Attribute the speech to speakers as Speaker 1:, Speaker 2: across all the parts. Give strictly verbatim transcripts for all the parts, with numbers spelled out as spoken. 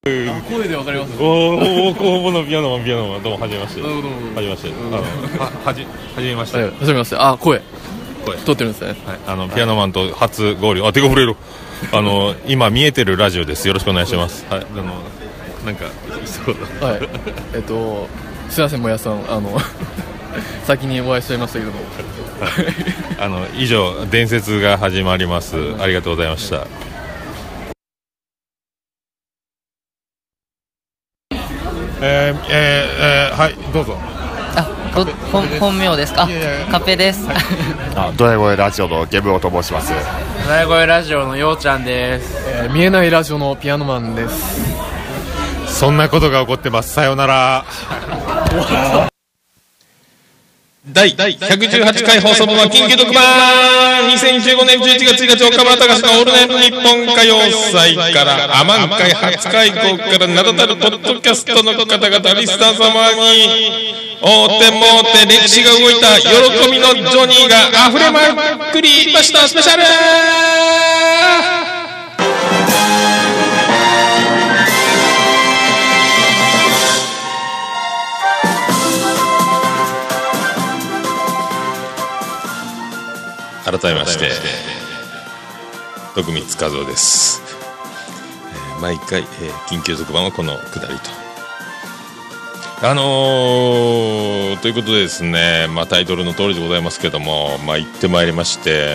Speaker 1: あ、声でわかります。
Speaker 2: おー、工房のピアノマン、ピアノマン、どうも、はじめまして。
Speaker 1: どうもどうも。
Speaker 2: はじめまして。あの、は、はじ、はじめまして。
Speaker 1: はい、はじめまして。あ、声。
Speaker 2: 声。
Speaker 1: 撮ってるんですね。
Speaker 2: はい、あの、ピアノマンと初合流。あ、手が触れる。あの、今見えてるラジオです。よろしくお願いします。はい、あの、なんか、そうだ。
Speaker 1: はい。えっと、すいません、もやさん、あの、先にお会いしちゃいましたけども。
Speaker 2: あの、以上、伝説が始まります。ありがとうございました。えーえーえー、はい、どうぞ。
Speaker 3: あ、ど本本名ですか。あ、カペです。
Speaker 4: あ、ドヤ声ラジオのゲブオと申します。
Speaker 5: ドヤ声ラジオのようちゃんです。
Speaker 1: えー、見えないラジオのピアノマンです。
Speaker 2: そんなことが起こってます。さようなら。第ひゃくじゅうはちかい放送分は緊急特番にせんじゅうごねんじゅういちがつついたち岡村隆史のオールナイトニッポン歌謡祭からアマン会初会合から名だたるポッドキャストの方々リスナー様に大手もうて歴史が動いた喜びのジョニーが溢れまくりましたスペシャル。改めまして徳光和夫です。えー、毎回、えー、緊急特番はこのくだりとあのー、ということでですね、まあ、タイトルの通りでございますけども、まあ、行ってまいりまして、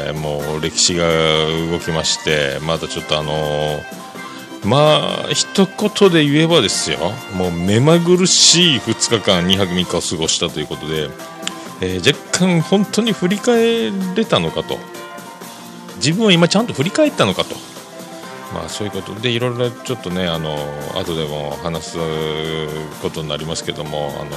Speaker 2: もう歴史が動きまして、またちょっとあのー、まあ一言で言えばですよ、もう目まぐるしいふつかかんにはくみっかを過ごしたということで、えー、若干本当に振り返れたのかと、自分は今ちゃんと振り返ったのかと、まあそういうことでいろいろちょっとね、あの後でも話すことになりますけども、あの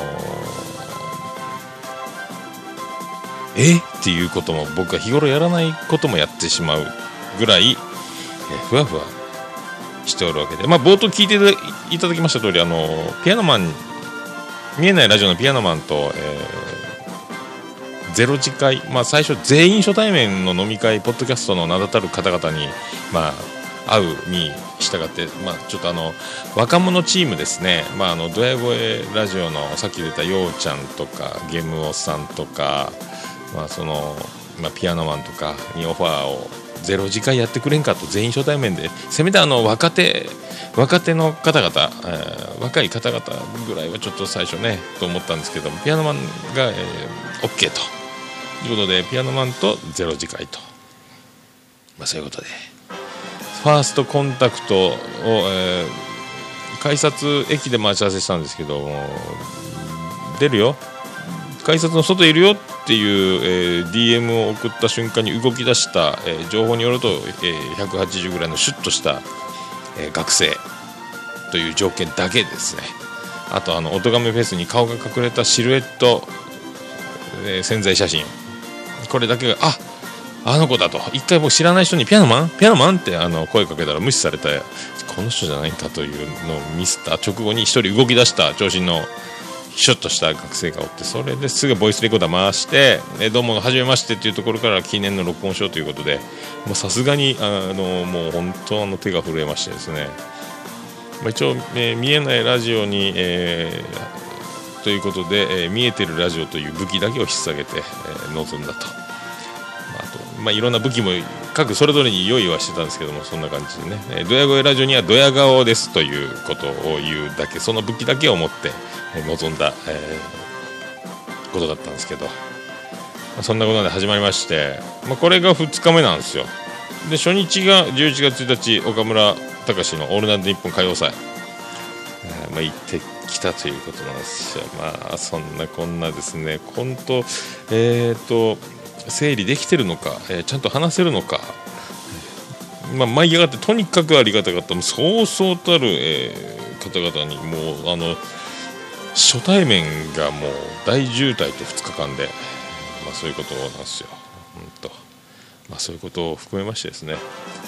Speaker 2: えっていうことも僕は日頃やらないこともやってしまうぐらい、えー、ふわふわしておるわけで、まあ冒頭聞いていただきました通り、あのピアノマン、見えないラジオのピアノマンと、えーゼロ次会、まあ、最初全員初対面の飲み会、ポッドキャストの名だたる方々に、まあ、会うに従って、まあ、ちょっとあの若者チームですね、まあ、あのドヤ声ラジオのさっき出たようちゃんとかゲムオさんとか、まあそのまあ、ピアノマンとかにオファーをゼロ次会やってくれんかと、全員初対面でせめてあの若手若手の方々、えー、若い方々ぐらいはちょっと最初ねと思ったんですけども、ピアノマンが、えー、OK とということで、ピアノマンとゼロ次会と、まあ、そういうことでファーストコンタクトを、えー、改札駅で待ち合わせしたんですけど、出るよ、改札の外いるよっていう、えー、ディーエム を送った瞬間に動き出した、えー、情報によると、えー、ひゃくはちじゅうぐらいのシュッとした、えー、学生という条件だけですね。あとあのおとがめフェスに顔が隠れたシルエット、えー、潜在写真、これだけがああの子だと、一回僕知らない人にピアノマンピアノマンってあの声かけたら無視された、この人じゃないかというのを見せた直後に一人動き出した長身のシュッとした学生がおって、それですぐボイスレコーダー回して、えどうもはじめましてっていうところから記念の録音しようということで、もうさすがにあのもう本当の手が震えましてですね、まあ、一応、えー、見えないラジオに、えー、ということで、えー、見えてるラジオという武器だけを引っ提げて、えー、臨んだと、まあ、あと、まあ、いろんな武器も各それぞれに用意はしてたんですけども、そんな感じでね、えー、ドヤ声ラジオにはドヤ顔ですということを言うだけ、その武器だけを持って、えー、臨んだ、えー、ことだったんですけど、まあ、そんなことで始まりまして、まあ、これがふつかめなんですよ。で初日がじゅういちがつついたち岡村隆史のオールナイトニッポン歌謡祭、えーまあ、行ってきたということなんですよ。まあそんなこんなですね、本当えっ、ー、と整理できてるのか、えー、ちゃんと話せるのか、まあ舞い上がってとにかくありがたかった。そうそうたる、えー、方々にもうあの初対面がもう大渋滞とふつかかんで、まあそういうことなんですよ。本当、まあそういうことを含めましてですね、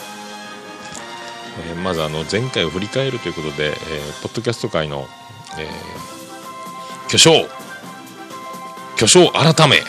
Speaker 2: えー、まずあの前回を振り返るということで、えー、ポッドキャスト界の、えー、巨匠巨匠改め、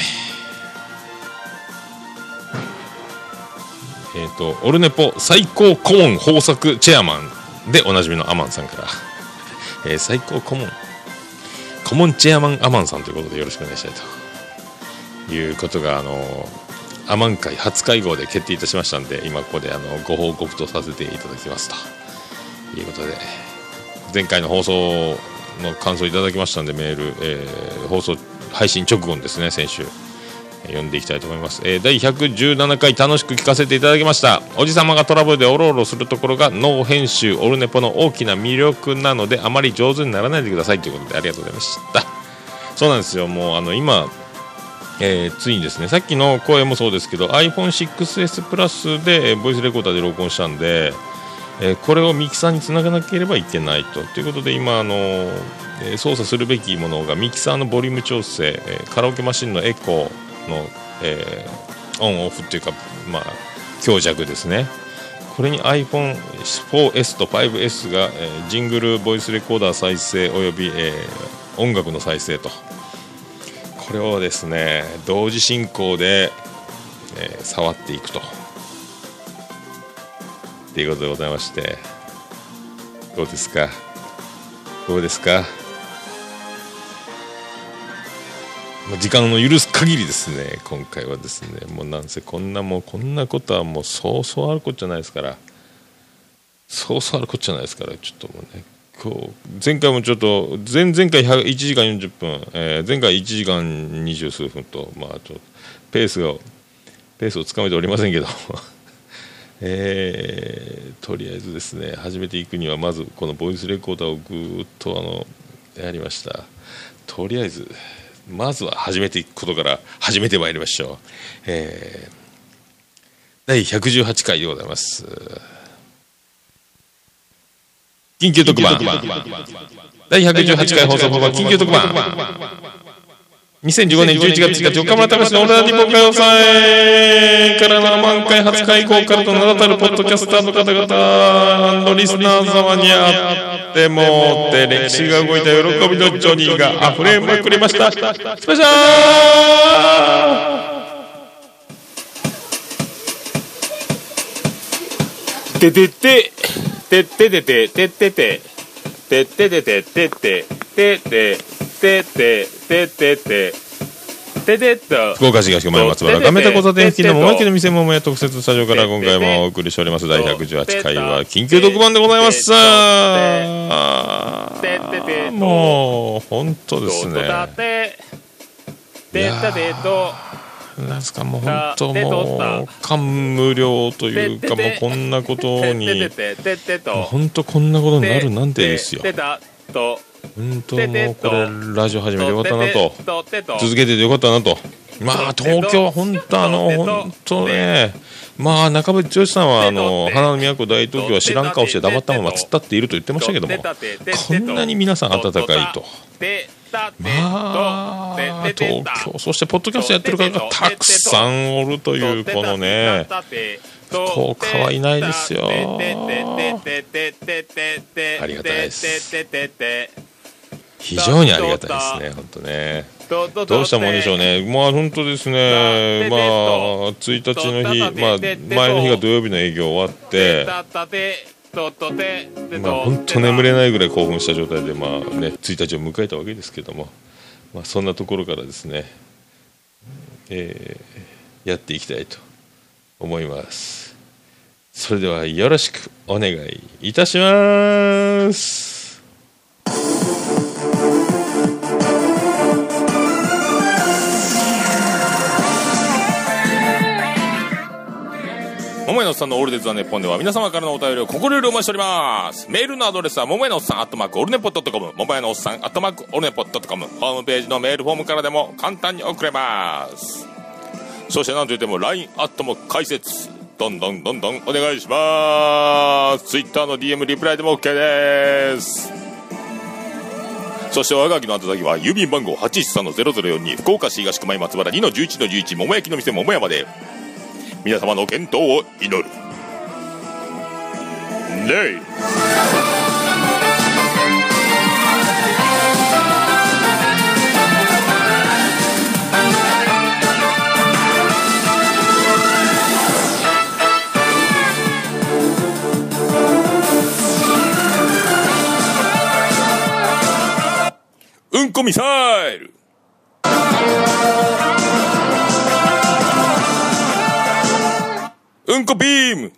Speaker 2: えーとオルネポ最高顧問豊作チェアマンでおなじみのアマンさんから、えー、最高顧問顧問チェアマンアマンさんということでよろしくお願いしたいということが、あのアマン会初会合で決定いたしましたんで、今ここであのご報告とさせていただきますということで、前回の放送の感想いただきましたんで、メール、えー、放送配信直後にですね、先週読んでいきたいと思います。えー、だいひゃくじゅうななかい楽しく聞かせていただきました。おじさまがトラブルでおろおろするところがノー編集オルネポの大きな魅力なので、あまり上手にならないでくださいということで、ありがとうございました。そうなんですよ、もうあの今、えー、ついにですね、さっきの声もそうですけど アイフォンシックスエス プラスでボイスレコーダーで録音したんで、えー、これをミキサーにつながなければいけないとということで、今あの、えー、操作するべきものがミキサーのボリューム調整、えー、カラオケマシンのエコーの、えー、オンオフっていうか、まあ、強弱ですね。これに アイフォンフォーエス と ファイブエス が、えー、ジングルボイスレコーダー再生および、えー、音楽の再生と、これをですね同時進行で、えー、触っていくとということでございまして、どうですかどうですか時間の許す限りですね、今回はですね、もうなんせこんなもうこんなことはもうそうそうあることじゃないですから、そうそうあることじゃないですから、ちょっともうね、こう前回もちょっと前々回いちじかんよんじゅっぷん、えー、前回いちじかんにじゅうすうふんと、まあちょっとペースがペースをつかめておりませんけど、えー、とりあえずですね、始めていくにはまずこのボイスレコーダーをぐーっとあのやりました。とりあえずまずは始めていくことから始めてまいりましょう。えー、だいひゃくじゅうはちかいでございます。緊急特番だいひゃくじゅうはちかい放送は緊急特番にせんじゅうごねんじゅういちがつついたち岡村隆史のオールナイトニッポン歌謡祭からななまんかい初回以降からと名だたるポッドキャスターの方々のリスナー様にあってもって歴史が動いた喜びのジョニーが溢れまくりました。スペシャ
Speaker 6: ーててててっててててってててってててててててててててて
Speaker 2: 福岡市東区前松原亀田交差点付近の桃焼きの店桃屋特設スタジオから今回もお送りしております。だいひゃくじゅうはちかいは緊急特番でございます。もう本当ですね、いやなんですか、もう本当もう感無量というか、もうこんなことにもう本当こんなことになるなんてですよ。本当もうこれラジオ始めてよかったなと、続けててよかったなと。まあ東京は本当あの本当ね、まあ中渕剛さんはあの花の都大東京は知らん顔して黙ったまま突っ立っていると言ってましたけども、こんなに皆さん温かいと。まあ東京、そしてポッドキャストやってる方がたくさんおるというこのね、福岡はいないですよ。ありがたいです。非常にありがたいですね、本当ね。どうしたもんでしょうね。まあ本当ですね、まあついたちの日、まあ前の日が土曜日の営業終わって、まあ本当眠れないぐらい興奮した状態で、まあねついたちを迎えたわけですけども、まあそんなところからですね、えー、やっていきたいと思います。それではよろしくお願いいたします。
Speaker 7: 桃屋のおっさんのオールデイズ・ザ・ネッポンでは皆様からのお便りを心よりお待ちしております。メールのアドレスは桃屋のおっさんアットマークオルネポドットコム、桃屋のおっさんアットマークオルネポドットコム、ホームページのメールフォームからでも簡単に送れます。そして何といっても ライン アットも開設、どんどんどんどんお願いします。 Twitter の ディーエム リプライでも OK です。そして我がきの宛先は郵便番号 はちいちさんのゼロゼロよんに 福岡市東区前松原 にのじゅういちのじゅういち 桃焼きの店桃屋まで。皆様の健闘を祈る。ねい。 うんこミサイル。うんこビーム。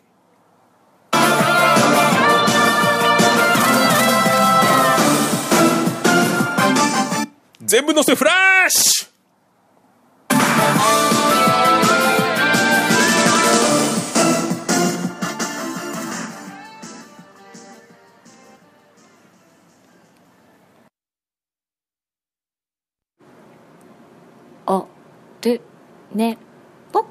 Speaker 7: 全部乗せフラッシュ。
Speaker 8: おるねぽ。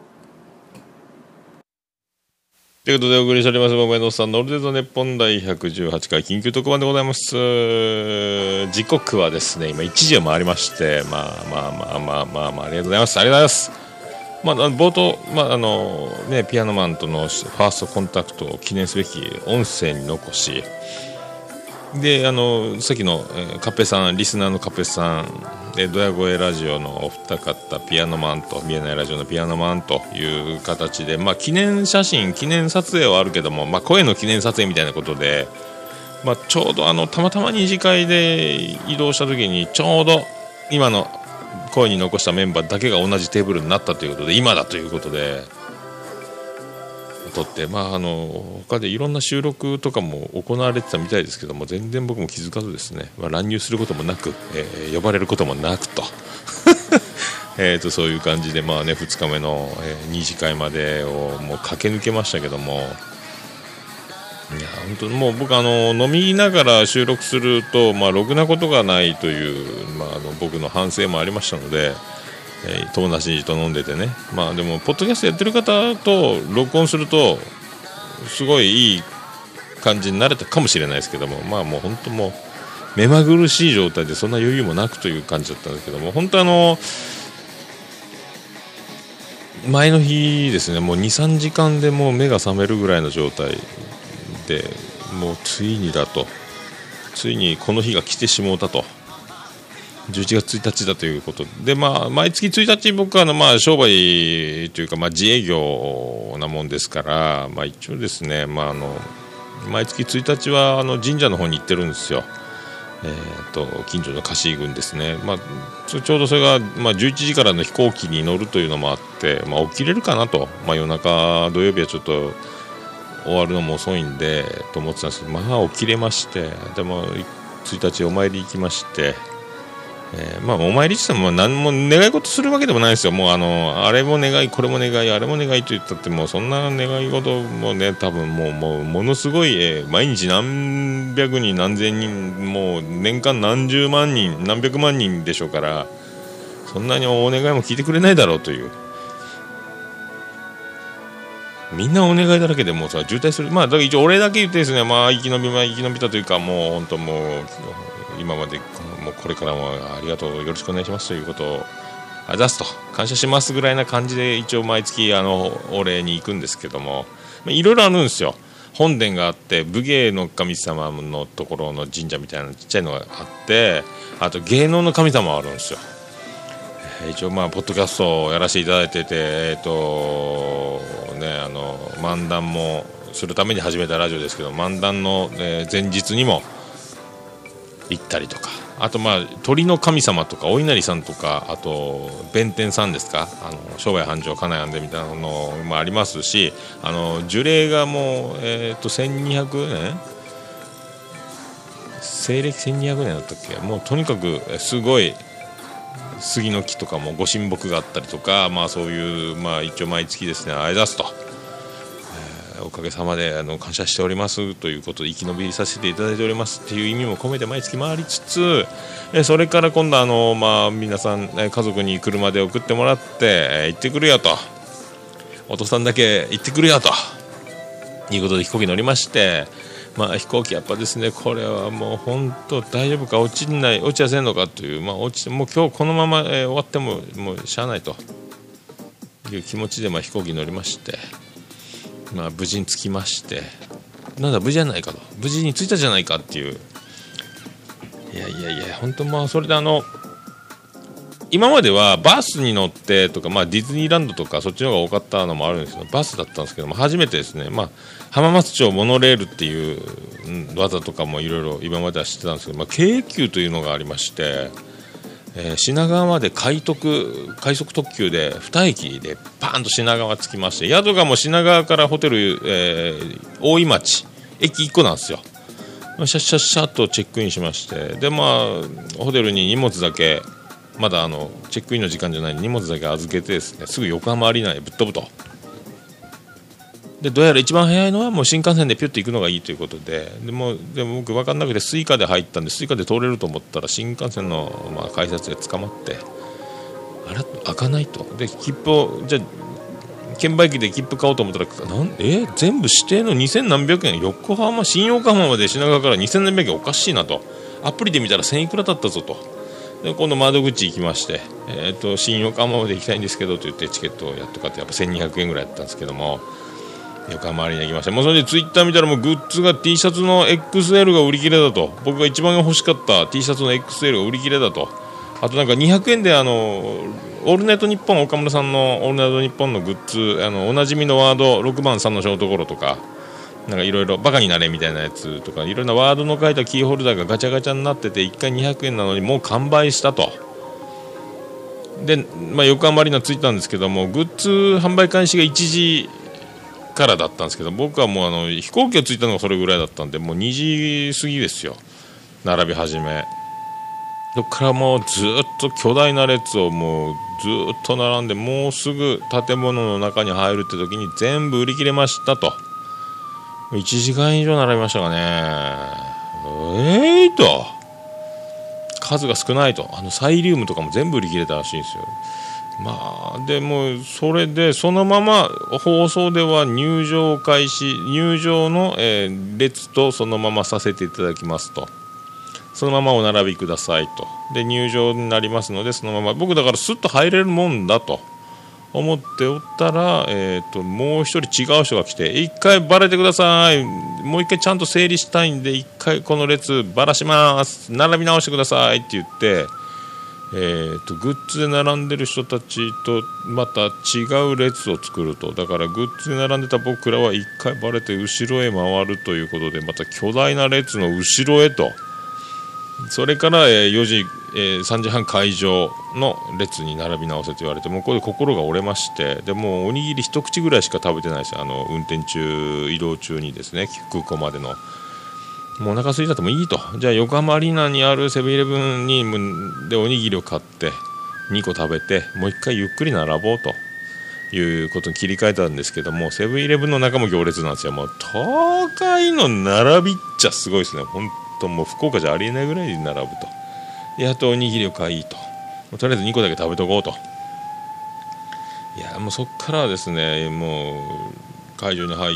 Speaker 2: ということでお送りしております桃屋のおっさんのオールデイズ日本第ひゃくじゅうはちかい緊急特番でございます。時刻はですね今いちじを回りまして、まあまあまあまあまあ、まあ、ありがとうございますありがとうございます。まあ、冒頭、まああのね、ピアノマンとのファーストコンタクトを記念すべき音声に残しで、あのさっきの、えー、カペさんリスナーのカペさんでドヤ声ラジオのお二方ピアノマンと見えないラジオのピアノマンという形で、まあ、記念写真記念撮影はあるけども、まあ、声の記念撮影みたいなことで、まあ、ちょうどあのたまたま二次会で移動した時にちょうど今の声に残したメンバーだけが同じテーブルになったということで今だということで撮って、まあ、あの他でいろんな収録とかも行われてたみたいですけども全然僕も気づかずですね、まあ、乱入することもなく、えー、呼ばれることもなくとえとそういう感じで、まあね、ふつかめの、えー、二次会までをもう駆け抜けましたけども、いや本当にもう僕あの飲みながら収録すると、まあ、ろくなことがないという、まあ、あの僕の反省もありましたので、えー、友達と飲んでてね、まあでもポッドキャストやってる方と録音するとすごいいい感じになれたかもしれないですけども、まあもう本当もう目まぐるしい状態でそんな余裕もなくという感じだったんですけども、本当あの前の日ですねもう にさんじかんでもう目が覚めるぐらいの状態で、もうついにだとついにこの日が来てしもうたとじゅういちがつついたちだということで、まあ、毎月ついたち僕はあの、まあ、商売というか、まあ、自営業なもんですから、まあ、一応ですね、まあ、あの毎月ついたちはあの神社の方に行ってるんですよ、えー、と近所の貸し郡ですね、まあ、ちょ、ちょうどそれが、まあ、じゅういちじからの飛行機に乗るというのもあって、まあ、起きれるかなと、まあ、夜中土曜日はちょっと終わるのも遅いんでと思ってたんですけど、まあ起きれまして、でもついたちお参り行きまして、えー、まあお参りしても何も願い事するわけでもないですよ。もうあのあれも願いこれも願いあれも願いと言ったってもうそんな願い事もね多分もうもうものすごい、えー、毎日何百人何千人もう年間何十万人何百万人でしょうから、そんなにお願いも聞いてくれないだろうという。みんなお願いだらけでもうさ渋滞する。まあだから一応俺だけ言ってですね、まあ生き延びま生き延びたというか、もう本当もう今までもうこれからもありがとうよろしくお願いしますということをあざすと感謝しますぐらいな感じで一応毎月あのお礼に行くんですけども、いろいろあるんですよ。本殿があって武芸の神様のところの神社みたいなちっちゃいのがあって、あと芸能の神様もあるんですよ。一応まあポッドキャストをやらせていただいてて、えっとねあの漫談もするために始めたラジオですけど、漫談の、えー、前日にも行ったりとか、あとまあ鳥の神様とかお稲荷さんとか、あと弁天さんですか、あの商売繁盛家内安でみたいなのもありますし、あの樹齢がもう、えー、とせんにひゃくねん西暦せんにひゃくねんだったっけ、もうとにかくすごい杉の木とかもご神木があったりとか、まあそういう、まあ一応毎月ですねありがとうと、えー、おかげさまであの感謝しておりますということで生き延びさせていただいておりますっていう意味も込めて毎月回りつつ、えー、それから今度あのまあ皆さん、えー、家族に車で送ってもらって、えー、行ってくるよと、お父さんだけ行ってくるよということで飛行機乗りまして、まあ、飛行機やっぱですねこれはもう本当大丈夫か落ちない落ちやせんのかという、まあ、落ちてもう今日このまま、えー、終わってももうしゃあないという気持ちで、まあ、飛行機乗りまして、まあ、無事に着きまして、なんだ無事じゃないかと無事に着いたじゃないかっていう、いやいやいや本当まあそれであの今まではバスに乗ってとか、まあ、ディズニーランドとかそっちの方が多かったのもあるんですけど、バスだったんですけども初めてですね、まあ、浜松町モノレールっていう、うん、技とかもいろいろ今までは知ってたんですけど、まあ、京急というのがありまして、 えー、品川まで快特快速特急でに駅でパーンと品川着きまして、宿がもう品川からホテル、えー、大井町駅いっこなんですよ。シャッシャッシャッとチェックインしまして、でまあホテルに荷物だけまだあのチェックインの時間じゃない荷物だけ預けてですね、すぐ横浜アリーナへぶっ飛ぶと。でどうやら一番早いのはもう新幹線でピュッと行くのがいいということで、でもでも僕分かんなくてスイカで入ったんで、スイカで通れると思ったら新幹線の、まあ、改札で捕まって、あら開かないと。で切符をじゃあ券売機で切符買おうと思ったらなんえ全部指定のにせんなんびゃくえん、横浜新横浜まで品川からにせんなんびゃくえんおかしいなと。アプリで見たらせんいくらだったぞと。で今度窓口行きまして、えー、と新横浜まで行きたいんですけどと言ってチケットをやっと買ってやっぱせんにひゃくえんぐらいやったんですけども、横浜アリーナ行きました。もうそれでツイッター見たらもうグッズが T シャツの エックスエル が売り切れだと。僕が一番欲しかった T シャツの エックスエル が売り切れだと。あとなんかにひゃくえんであのオールナイトニッポン岡村さんのオールナイトニッポンのグッズ、あのおなじみのワードろくばんさんのショートコロとかなんかいろいろバカになれみたいなやつとかいろんなワードの書いたキーホルダーがガチャガチャになってていっかいにひゃくえんなのにもう完売したと。で、まあ、横浜アリーナ着いたんですけどもグッズ販売開始がいちじからだったんですけど、僕はもうあの飛行機が着いたのがそれぐらいだったんでもうにじ過ぎですよ、並び始め。そこからもうずっと巨大な列をもうずっと並んで、もうすぐ建物の中に入るって時に全部売り切れましたと。いちじかん以上並びましたかね。えーと数が少ないと。あのサイリウムとかも全部売り切れたらしいんですよ。まあでもそれでそのまま放送では入場開始入場の、えー、列とそのままさせていただきますと。そのままお並びくださいと。で入場になりますのでそのまま僕だからスッと入れるもんだと思っておったら、えー、ともう一人違う人が来て一回バレてください、もう一回ちゃんと整理したいんで一回この列バラします、並び直してくださいって言って、えー、とグッズで並んでる人たちとまた違う列を作ると。だからグッズで並んでた僕らは一回バレて後ろへ回るということでまた巨大な列の後ろへと。それから、えー、よじ、えー、さんじはん会場の列に並び直せと言われて、もうこれで心が折れまして、でもうおにぎり一口ぐらいしか食べてないですよ。あの運転中移動中にですね、空港までのもうお腹空いたってもいいと。じゃあ横浜アリーナにあるセブンイレブンにでおにぎりを買ってにこ食べてもう一回ゆっくり並ぼうということに切り替えたんですけども、セブンイレブンの中も行列なんですよ。もう東海の並びっちゃすごいですね。本当もう福岡じゃありえないぐらいに並ぶと。やっとおにぎりを買いと、とりあえずにこだけ食べとこうと。いやもうそっからはですね、もう会場に入って、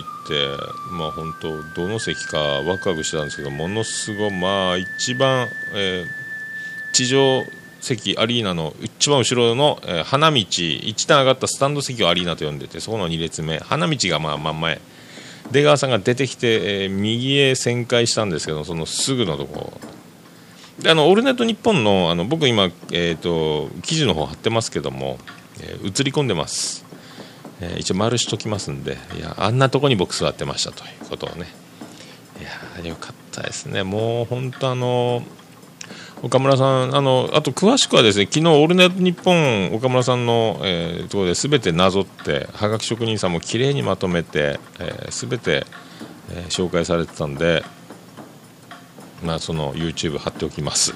Speaker 2: まあ本当どの席かワクワクしてたんですけど、ものすごいまあ一番、えー、地上席アリーナの一番後ろの、えー、花道いち段上がったスタンド席をアリーナと呼んでて、そこのに列目、花道がまあ真ん前、出川さんが出てきて、えー、右へ旋回したんですけど、そのすぐのとこであのオールナイトニッポン の, あの僕今、えー、と記事の方貼ってますけども、えー、映り込んでます、えー、一応丸しときますんで、いやあんなとこに僕座ってましたということをね、いやよかったですね。もう本当あの岡村さん、あのあと詳しくはですね、昨日オールナイトニッポン岡村さんの、えー、ところで全てなぞってはがき職人さんもきれいにまとめて、えー、全て、えー、紹介されてたんで、まあその YouTube 貼っておきます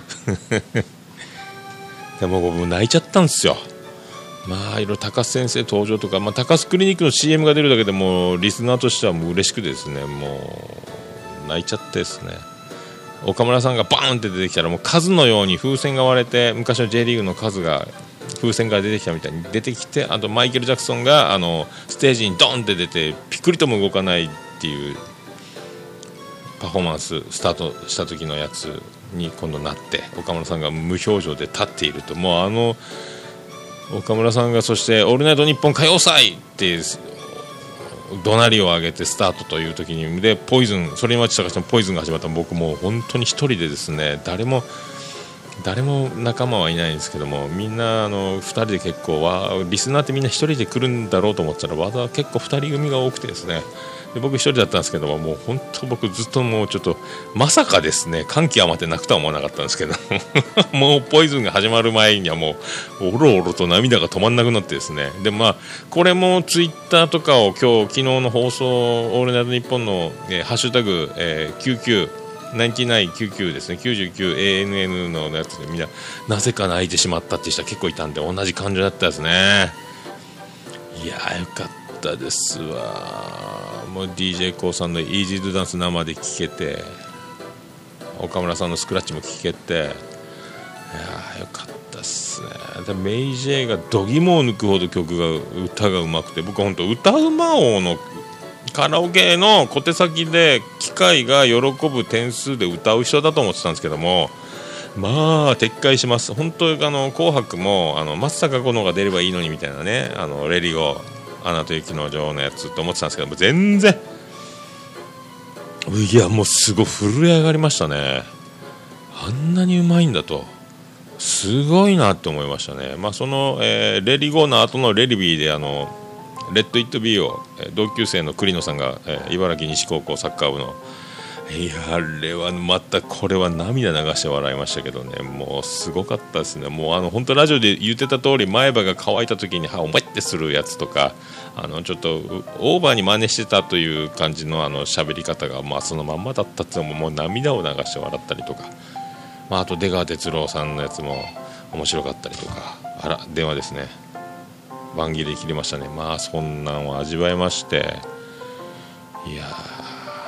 Speaker 2: でも僕も泣いちゃったんですよ。まあいろいろ高須先生登場とか、まあ、高須クリニックの シーエム が出るだけでもリスナーとしてはもう嬉しくてですね、もう泣いちゃってですね、岡村さんがバーンって出てきたらもう数のように風船が割れて、昔の J リーグの数が風船から出てきたみたいに出てきて、あとマイケル・ジャクソンがあのステージにドンって出てピクリとも動かないっていうパフォーマンススタートした時のやつに今度なって、岡村さんが無表情で立っていると、もうあの岡村さんがそしてオールナイトニッポン歌謡祭って怒鳴りを上げてスタートという時に、でポイズン、それに待ち探してもポイズンが始まったら、僕もう本当に一人でですね、誰も誰も仲間はいないんですけども、みんなあのふたりで結構はリスナーってみんな一人で来るんだろうと思ったら、わざ結構ふたり組が多くてですね、 で僕一人だったんですけども、もう本当僕ずっともうちょっとまさかですね、感極まって泣くとは思わなかったんですけどもうポイズンが始まる前にはもうおろおろと涙が止まんなくなってですね、でまあこれもツイッターとかを今日昨日の放送オールナイトニッポンの、えー、ハッシュタグ、えー、きゅうじゅうきゅうナインティナインきゅうじゅうきゅうですね、きゅうじゅうきゅう エーエヌエヌ のやつでみんななぜか泣いてしまったっていう人は結構いたんで、同じ感情だったですね。いやーよかったですわ。もう ディージェー コーさんのイージードゥダンス生で聴けて、岡村さんのスクラッチも聴けて、いやーよかったっすね。でメイジェイが度肝を抜くほど曲が歌がうまくて、僕は本当歌うま王のカラオケの小手先で機械が喜ぶ点数で歌う人だと思ってたんですけども、まあ撤回します。本当あの紅白もあの松坂子のが出ればいいのにみたいなね、あのレディゴーアナと雪の女王のやつと思ってたんですけども、全然いやもうすごい震え上がりましたね。あんなにうまいんだとすごいなって思いましたね。まあその、えー、レディゴーの後のレディビーであのレッドイットビーを同級生の栗野さんが、えー、茨城西高校サッカー部の、いやあれはまたこれは涙流して笑いましたけどね、もうすごかったですね。もうあの本当ラジオで言ってた通り、前歯が乾いた時に歯をバイってするやつとか、あのちょっとオーバーに真似してたという感じのあの喋り方が、まあ、そのまんまだったっていうのももう涙を流して笑ったりとか、まあ、あと出川哲朗さんのやつも面白かったりとか、あら電話ですね、番切れ切れましたね。まあそんなんを味わいまして、いやー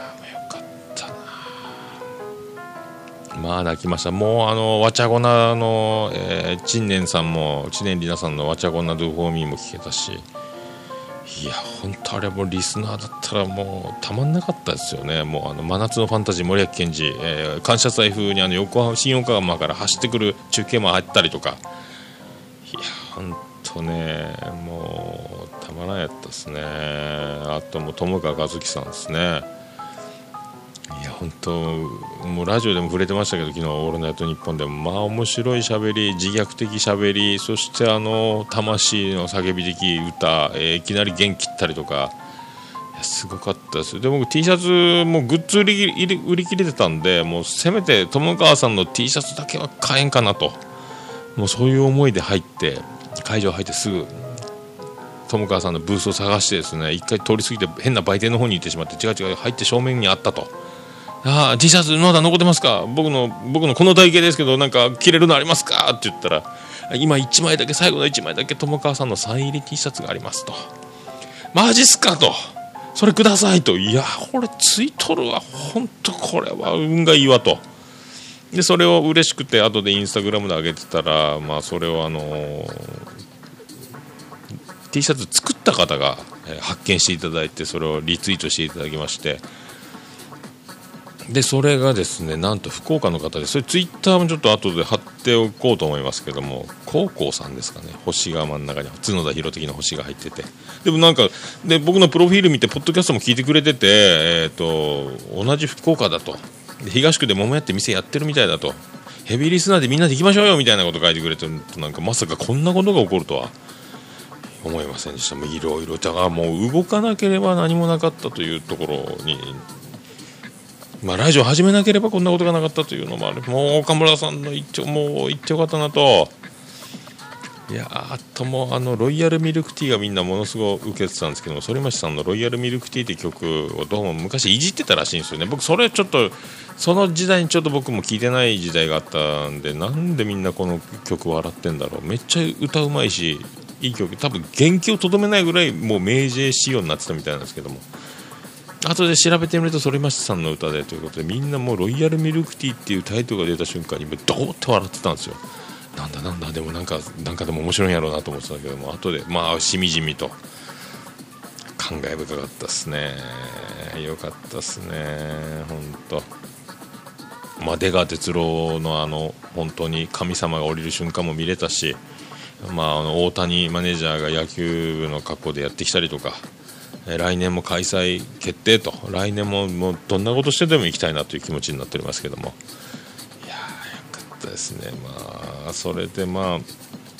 Speaker 2: まあ泣きました。もうあのわちゃごなの、えー、陳年さんも知念里奈さんのわちゃごなドゥフォーミーも聞けたし、いや本当あれもリスナーだったらもうたまんなかったですよね。もうあの真夏のファンタジー森脇健児、えー、感謝祭風にあの横浜新横浜から走ってくる中継もあったりとか、いや本当ねもうたまらんやったですね。あともう友川一樹さんですね。いや本当もうラジオでも触れてましたけど、昨日オールナイトニッポンでもまあ面白い喋り、自虐的喋り、そしてあの魂の叫び的歌、えー、いきなり弦切ったりとか、いやすごかったです。で僕 T シャツもグッズ売り売り切れてたんで、もうせめて友川さんの T シャツだけは買えんかなと、もうそういう思いで入って会場入ってすぐ友川さんのブースを探してですね、一回通り過ぎて変な売店の方に行ってしまって、違う違う入って正面にあったと。ああ T シャツまだ残ってますか、僕の僕のこの体型ですけどなんか着れるのありますかって言ったら、今いちまいだけ、最後のいちまいだけ友川さんのサイン入り T シャツがありますと。マジっすかと、それくださいと。いやこれついとるわ、本当これは運がいいわと。でそれを嬉しくて後でインスタグラムで上げてたら、まあそれをあのー、T シャツ作った方が、えー、発見していただいて、それをリツイートしていただきまして、でそれがですねなんと福岡の方で、それツイッターもちょっと後で貼っておこうと思いますけども、高校さんですかね、星が真ん中に角田博的な星が入ってて、でもなんかで僕のプロフィール見てポッドキャストも聞いてくれてて、えー、と同じ福岡だと、で東区で桃屋って店やってるみたいだと、ヘビーリスナーでみんなで行きましょうよみたいなこと書いてくれて、なんかまさかこんなことが起こるとは思いませんでした。もういろいろだからもう動かなければ何もなかったというところに、まあ、ラジオ始めなければこんなことがなかったというのもある。もう岡村さんの一丁もう言ってよかったなと。いやあともうあのロイヤルミルクティーがみんなものすごく受けてたんですけども、反町さんのロイヤルミルクティーって曲をどうも昔いじってたらしいんですよね。僕それちょっとその時代にちょっと僕も聞いてない時代があったんで、なんでみんなこの曲笑ってんだろう、めっちゃ歌うまいしいい曲、多分元気をとどめないぐらいもう明治仕様になってたみたいなんですけども、後で調べてみると反町さんの歌でということで、みんなもうロイヤルミルクティーっていうタイトルが出た瞬間にドーッと笑ってたんですよ。なんだなんだ、でもなんかなんかでも面白いんやろうなと思ってたけども、後でまあしみじみと感慨深かったですね。よかったですね本当。まあ出川哲朗のあの本当に神様が降りる瞬間も見れたし、まああの大谷マネージャーが野球部の格好でやってきたりとか、来年も開催決定と、来年ももうどんなことしてでも行きたいなという気持ちになっておりますけども、いやーよかったですね。まあそれでまあ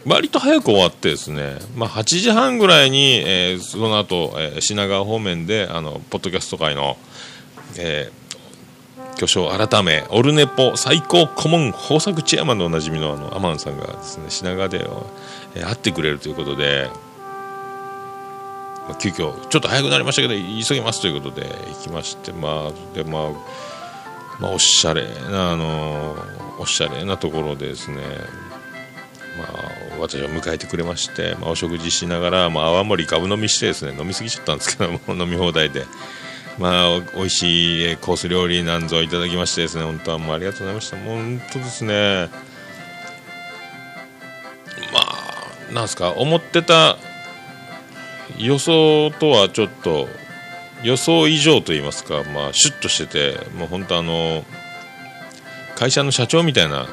Speaker 2: 割と早く終わってですね、まあ、はちじはんぐらいに、えー、その後、えー、品川方面であのポッドキャスト界の、えー、巨匠改めオルネポ最高顧問豊作チェアマンのおなじみのあのアマンさんがですね品川で、えー、会ってくれるということで、まあ、急遽ちょっと早くなりましたけど急ぎますということで行きまして、まあでまあまあ、おしゃれなあのー、おしゃれなところでですね、まあ、私は迎えてくれまして、まあ、お食事しながら、まあ、泡盛ガブ飲みしてですね飲みすぎちゃったんですけども飲み放題で、まあ、美味しいコース料理なんぞいただきましてですね本当はもうありがとうございました。もう本当ですね、まあなんですか思ってた予想とはちょっと予想以上といいますか、まあ、シュッとしててもう本当あの会社の社長みたいな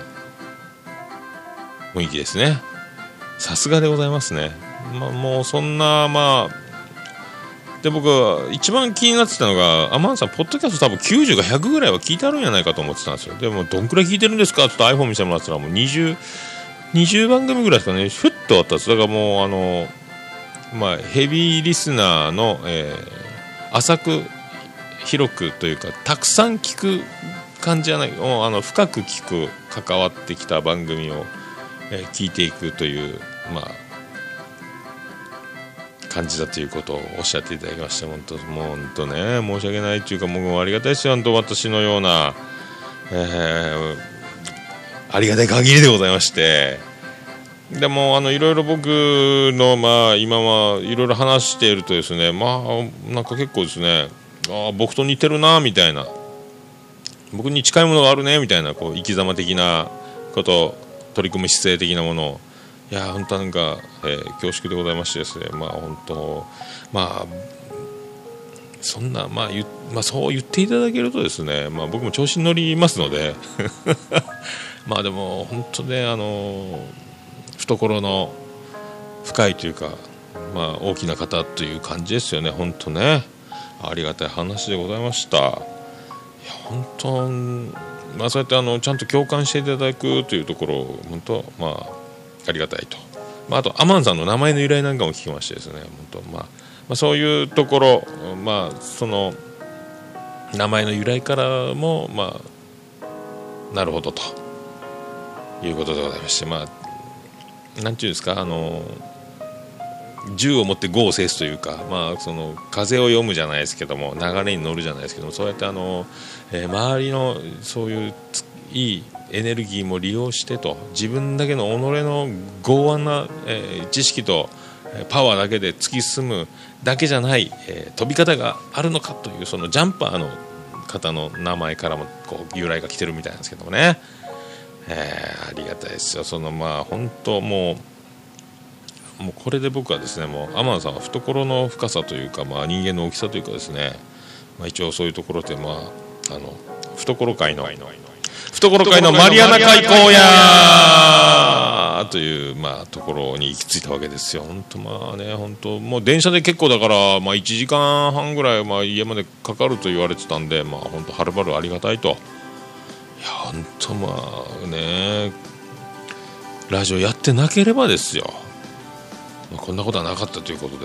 Speaker 2: 雰囲気ですね。さすがでございますね。まあ、もうそんなまあで僕は一番気になってたのがアマンさんポッドキャスト多分きゅうじゅうかひゃくぐらいは聞いてあるんじゃないかと思ってたんですよ。でもどんくらい聞いてるんですかちょっと iPhone 見せてもらってたらもうにじゅう、にじゅうばんぐみぐらいですかねふっと終わったんです。だからもうあのまあヘビーリスナーの、えー、浅く広くというかたくさん聞く感じじゃないあの深く聞く関わってきた番組をえー、聞いていくという、まあ、感じだということをおっしゃっていただきまして本当もう本当ね申し訳ないというかもうありがたいですよ。本当私のような、えー、ありがたい限りでございましてでもあのいろいろ僕の、まあ、今はいろいろ話しているとですねまあなんか結構ですねあ僕と似てるなみたいな僕に近いものがあるねみたいなこう生き様的なこと取り組む姿勢的なものをいや本当なんか、えー、恐縮でございましてですねまあ本当まあそんな、まあ言まあ、そう言っていただけるとですね、まあ、僕も調子に乗りますのでまあでも本当ねあの懐の深いというか、まあ、大きな方という感じですよね。本当ねありがたい話でございました。いや本当まあ、そうやってあのちゃんと共感していただくというところ本当、まあ、ありがたいと、まあ、あとアマンさんの名前の由来なんかも聞きましてですね本当、まあまあ、そういうところ、まあ、その名前の由来からも、まあ、なるほどということでございまして、まあ、なんていうんですかあの銃を持って業を制すというか、まあ、その風を読むじゃないですけども流れに乗るじゃないですけどもそうやってあの、えー、周りのそういういいエネルギーも利用してと自分だけの己の剛腕な、えー、知識とパワーだけで突き進むだけじゃない、えー、飛び方があるのかというそのジャンパーの方の名前からもこう由来が来てるみたいなんですけどもね、えー、ありがたいですよ。そのまあ本当もうもうこれで僕はですねもうアマンさんは懐の深さというか、まあ、人間の大きさというかですね、まあ、一応そういうところで、まあ、あの懐界の懐界のマリアナ海溝やという、まあ、ところに行き着いたわけですよ。本当まあね本当もう電車で結構だから、まあ、いちじかんはんぐらい、まあ、家までかかると言われてたんで、まあ、本当はるばるありがたいと。いや本当まあねラジオやってなければですよこんなことはなかったということで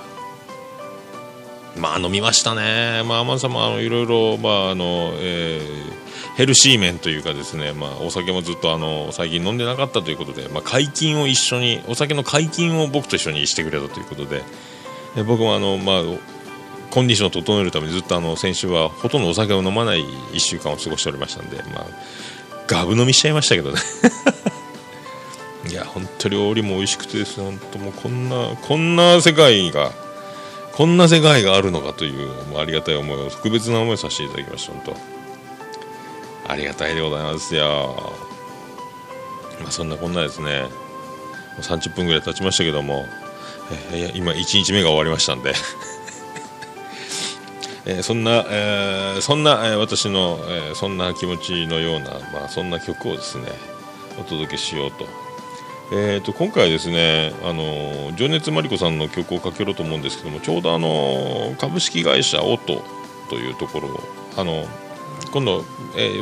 Speaker 2: まあ飲みましたね。まあアマンさんもあのいろいろまああの、えー、ヘルシー面というかですねまあお酒もずっとあの最近飲んでなかったということでまあ解禁を一緒にお酒の解禁を僕と一緒にしてくれたということでえ僕もあのまあコンディションを整えるためにずっとあの先週はほとんどお酒を飲まないいっしゅうかんを過ごしておりましたんでまあガブ飲みしちゃいましたけどねいや本当料理も美味しくてですね本当もうこんなこんな世界がこんな世界があるのかというありがたい思いを特別な思いをさせていただきました。本当ありがたいでございますよ。まあそんなこんなですねさんじゅっぷんぐらい経ちましたけども、えー、今いちにちめが終わりましたんでえー、そんな、えー、そんな、えー、私の、えー、そんな気持ちのような、まあ、そんな曲をですねお届けしようと。えー、と今回ですねあの情熱マリコさんの曲をかけろうと思うんですけどもちょうどあの株式会社オトというところをあの今度、えー、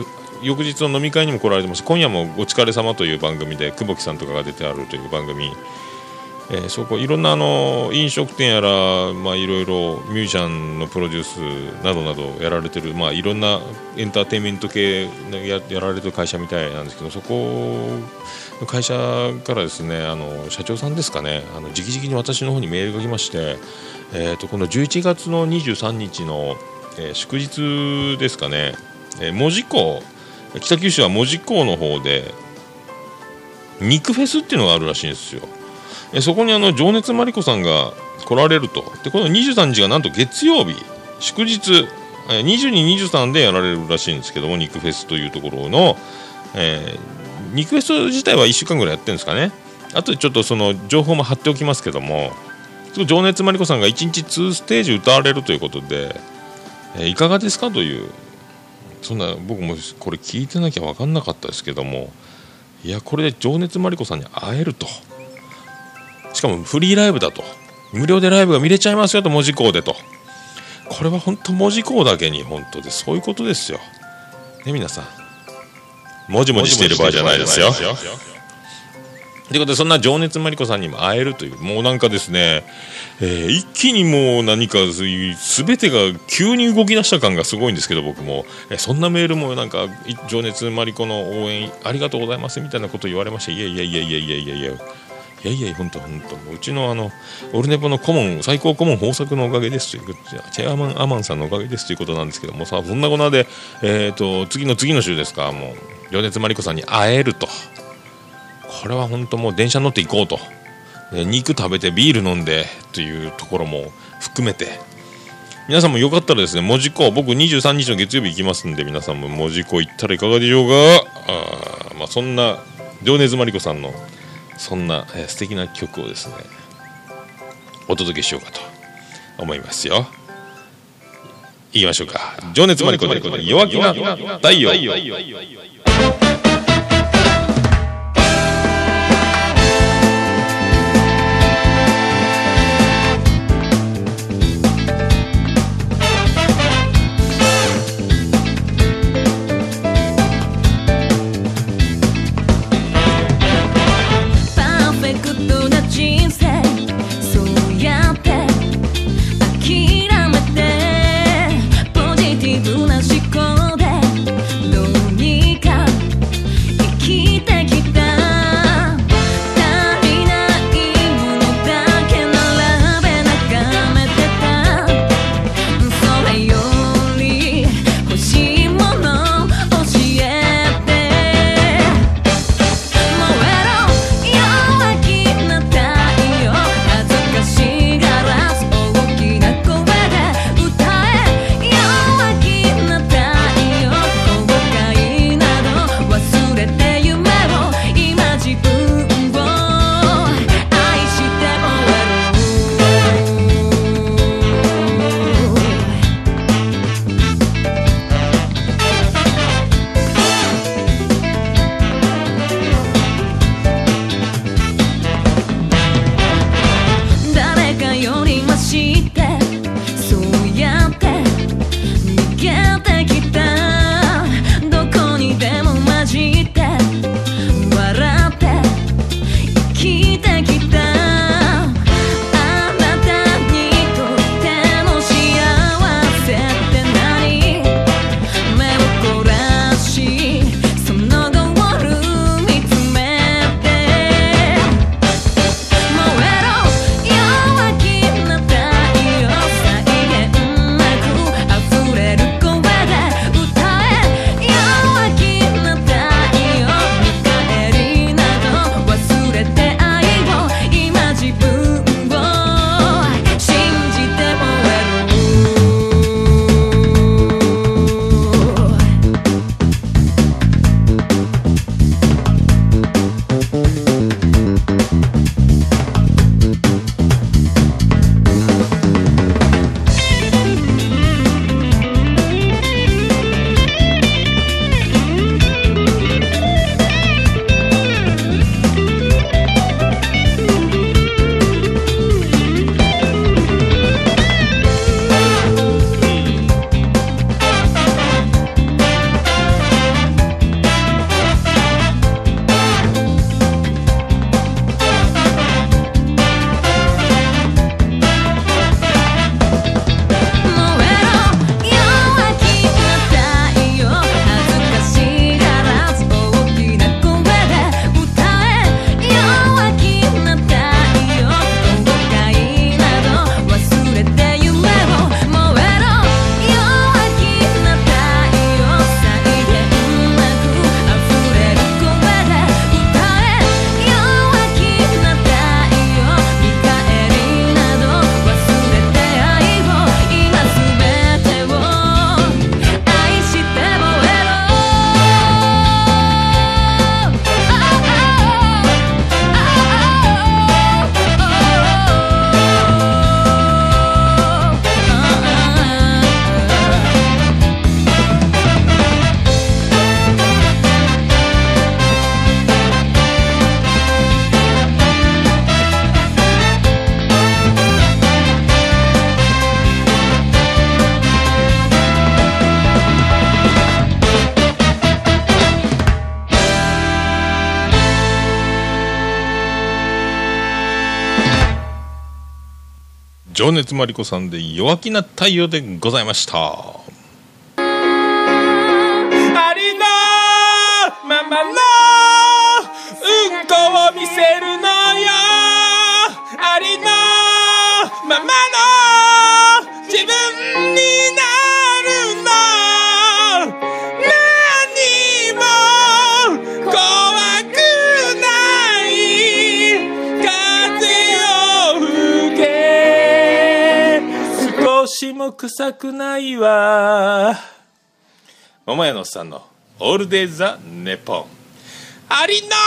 Speaker 2: 翌日の飲み会にも来られてます。今夜もお疲れ様という番組で久保木さんとかが出てあるという番組、えー、そこいろんなあの飲食店やら、まあ、いろいろミュージシャンのプロデュースなどなどやられてる、まあ、いろんなエンターテインメント系 や, やられてる会社みたいなんですけど、そこの会社からですね、あの社長さんですかね、あの直々に私の方にメールが来まして、えー、とこのじゅういちがつのにじゅうさんにちの、えー、祝日ですかね、えー、門司港、北九州は門司港の方で肉フェスっていうのがあるらしいんですよ。えー、そこにあの情熱マリコさんが来られると。でこのにじゅうさんにちがなんと月曜日祝日、えー、にじゅうに、にじゅうさんでやられるらしいんですけども、肉フェスというところの、えー、肉フェス自体はいっしゅうかんぐらいやってるんですかね。あとでちょっとその情報も貼っておきますけども、情熱マリコさんがいちにちにステージ歌われるということで、えー、いかがですかという、そんな僕もこれ聞いてなきゃ分かんなかったですけども、いやこれで情熱マリコさんに会えると、しかもフリーライブだと、無料でライブが見れちゃいますよと、門司港でと、これは本当門司港だけに本当でそういうことですよね。皆さんもじもじしている場合じゃないですよ。ということで、そんな情熱マリコさんにも会えるという、もうなんかですね、えー、一気にもう何か全てが急に動き出した感がすごいんですけど、僕も、えー、そんなメールもなんか情熱マリコの応援ありがとうございますみたいなこと言われまして、いやいやいやいやいやいやいやいやいやいや本当本当うちのあのオルネポの顧問最高顧問豊作のおかげですという、チェアマンアマンさんのおかげですということなんですけどもさ、そんなこんなで、えー、と次の次の週ですか、もう情熱マリコさんに会えると、これは本当もう電車乗って行こうと、肉食べてビール飲んでというところも含めて、皆さんもよかったらですね、門司港、僕にじゅうさんにちの月曜日行きますんで、皆さんも門司港行ったらいかがでしょうか。あ、まあ、そんな情熱マリコさんのそんな、えー、素敵な曲をですねお届けしようかと思いますよ。行きましょうか。情熱マリコで弱気な太陽。
Speaker 9: ポジティブな思考でどうにか
Speaker 2: 情熱マリコさんで弱気な太陽でございました。
Speaker 7: ありのままのうんこを見せるのよ。ありのままの自分になるの。何も怖くない風を吹け。少しも臭くないわ。桃屋のおっさんのオールデイズ・ザ・ネポン。ありの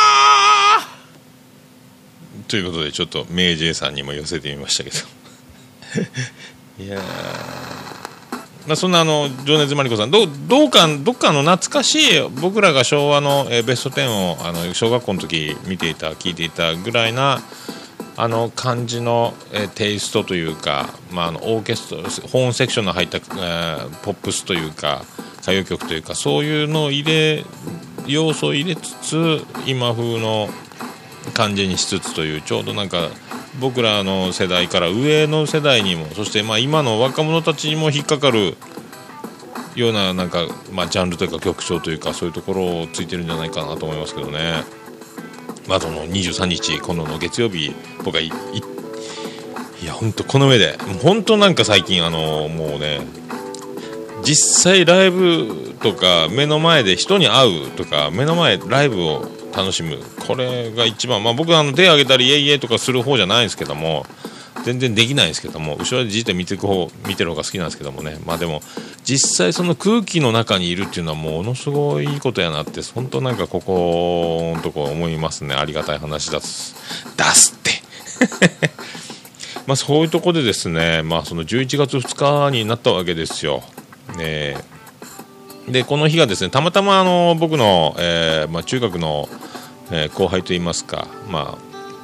Speaker 2: ということでちょっとメイジェイさんにも寄せてみましたけどいやー、まあ、そんなあの情熱マリコさん ど, どうかどっかの懐かしい僕らが昭和の、えー、ベストテンをあの小学校の時見ていた聞いていたぐらいなあの感じの、えー、テイストというか、まあ、あのオーケストラホーンセクションの入った、えー、ポップスというか歌謡曲というかそういうのを入れ要素を入れつつ今風の感じにしつつというちょうどなんか僕らの世代から上の世代にもそしてまあ今の若者たちにも引っかかるようななんかまあジャンルというか曲調というかそういうところをついてるんじゃないかなと思いますけどね。まあそのにじゅうさんにち今度の月曜日僕はいいいや本当この目で本当なんか最近あのもうね実際ライブとか目の前で人に会うとか目の前ライブを楽しむこれが一番、まあ、僕はあの手を挙げたりイエイエイとかする方じゃないんですけども全然できないんですけども後ろでじっと見ていく方見てる方が好きなんですけどもね。まあでも実際その空気の中にいるっていうのはものすごいいいことやなって本当なんかここのとこ思いますね。ありがたい話出す出すってまあそういうところでですね、まあ、そのじゅういちがつふつかになったわけですよ。ね、でこの日がですねたまたまあの僕の、えーまあ、中学の、えー、後輩といいますか、ま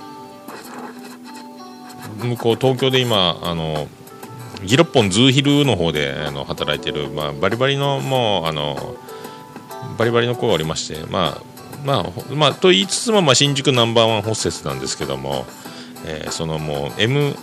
Speaker 2: あ、向こう東京で今あのギロッポンズーヒルの方であの働いてる、まあ、バリバリのもうあのバリバリの子がおりまして、まあまあまあ、と言いつつも、まあ、新宿ナンバーワンホステスなんですけども、えー、そのもう M,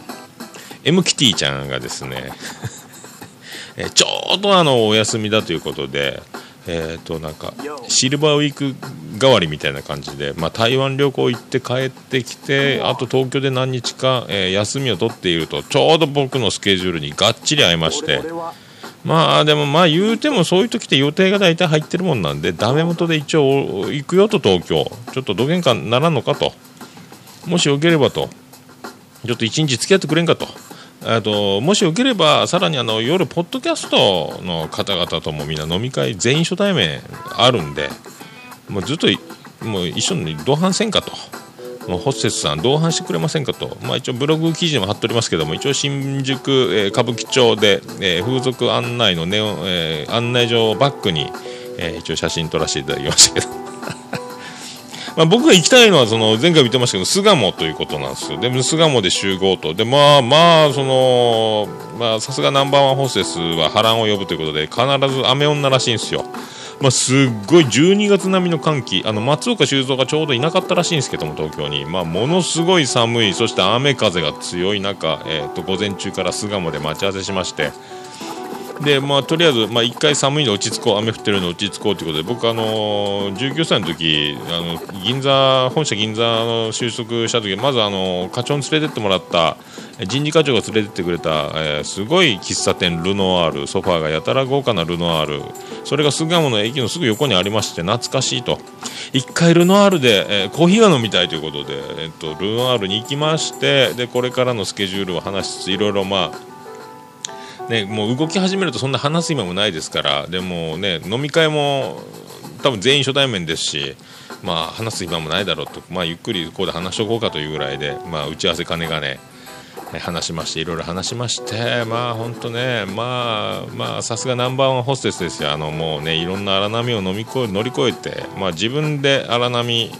Speaker 2: M キティちゃんがですねえちょうどあのお休みだということで、えー、となんかシルバーウィーク代わりみたいな感じで、まあ、台湾旅行行って帰ってきてあと東京で何日か、えー、休みを取っているとちょうど僕のスケジュールにがっちり合いまして、まあでもまあ言うてもそういう時って予定が大体入ってるもんなんでダメ元で一応行くよと東京ちょっとどげんかならんのかともしよければとちょっと一日付き合ってくれんかとともしよければさらにあの夜ポッドキャストの方々ともみんな飲み会全員初対面あるんでもうずっともう一緒に同伴せんかともうホステスさん同伴してくれませんかと、まあ、一応ブログ記事にも貼っておりますけども一応新宿、えー、歌舞伎町で、えー、風俗案内のネオ、えー、案内状をバックに、えー、一応写真撮らせていただきましたけどまあ僕が行きたいのはその前回見てましたけど巣鴨ということなんですよ。で巣鴨で集合とでまあまあそのまあさすがナンバーワンホステスは波乱を呼ぶということで必ず雨女らしいんですよ。まあすっごいじゅうにがつ並みの寒気あの松岡修造がちょうどいなかったらしいんですけども東京にまあものすごい寒いそして雨風が強い中、えー、と午前中から巣鴨で待ち合わせしましてでまあとりあえずまあ一回寒いの落ち着こう雨降ってるの落ち着こうということで僕あのじゅうきゅうさいの時あの銀座本社銀座の就職した時まずあの課長に連れてってもらった人事課長が連れてってくれた、えー、すごい喫茶店ルノワールソファーがやたら豪華なルノワールそれが巣鴨の駅のすぐ横にありまして懐かしいと一回ルノワールで、えー、コーヒーが飲みたいということで、えー、とルノワールに行きましてでこれからのスケジュールを話しつついろいろまあね、もう動き始めるとそんな話す今もないですからでもね飲み会も多分全員初対面ですしまあ話す今もないだろうと、まあ、ゆっくりここで話しておこうかというぐらいで、まあ、打ち合わせ金がね話しましていろいろ話しましてまあ本当ねまあまあさすがナンバーワンホステスですよあのもうねいろんな荒波を飲み越え乗り越えて、まあ、自分で荒波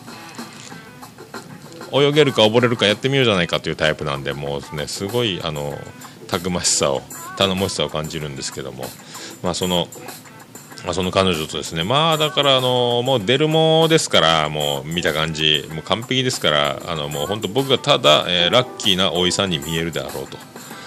Speaker 2: 泳げるか溺れるかやってみようじゃないかというタイプなんでもうねすごいあのたくましさを頼もしさを感じるんですけども、まあそのまあ、その彼女とですねまあだからあのもうデルモですからもう見た感じもう完璧ですからあのもう本当僕がただ、えー、ラッキーなおいさんに見えるであろうと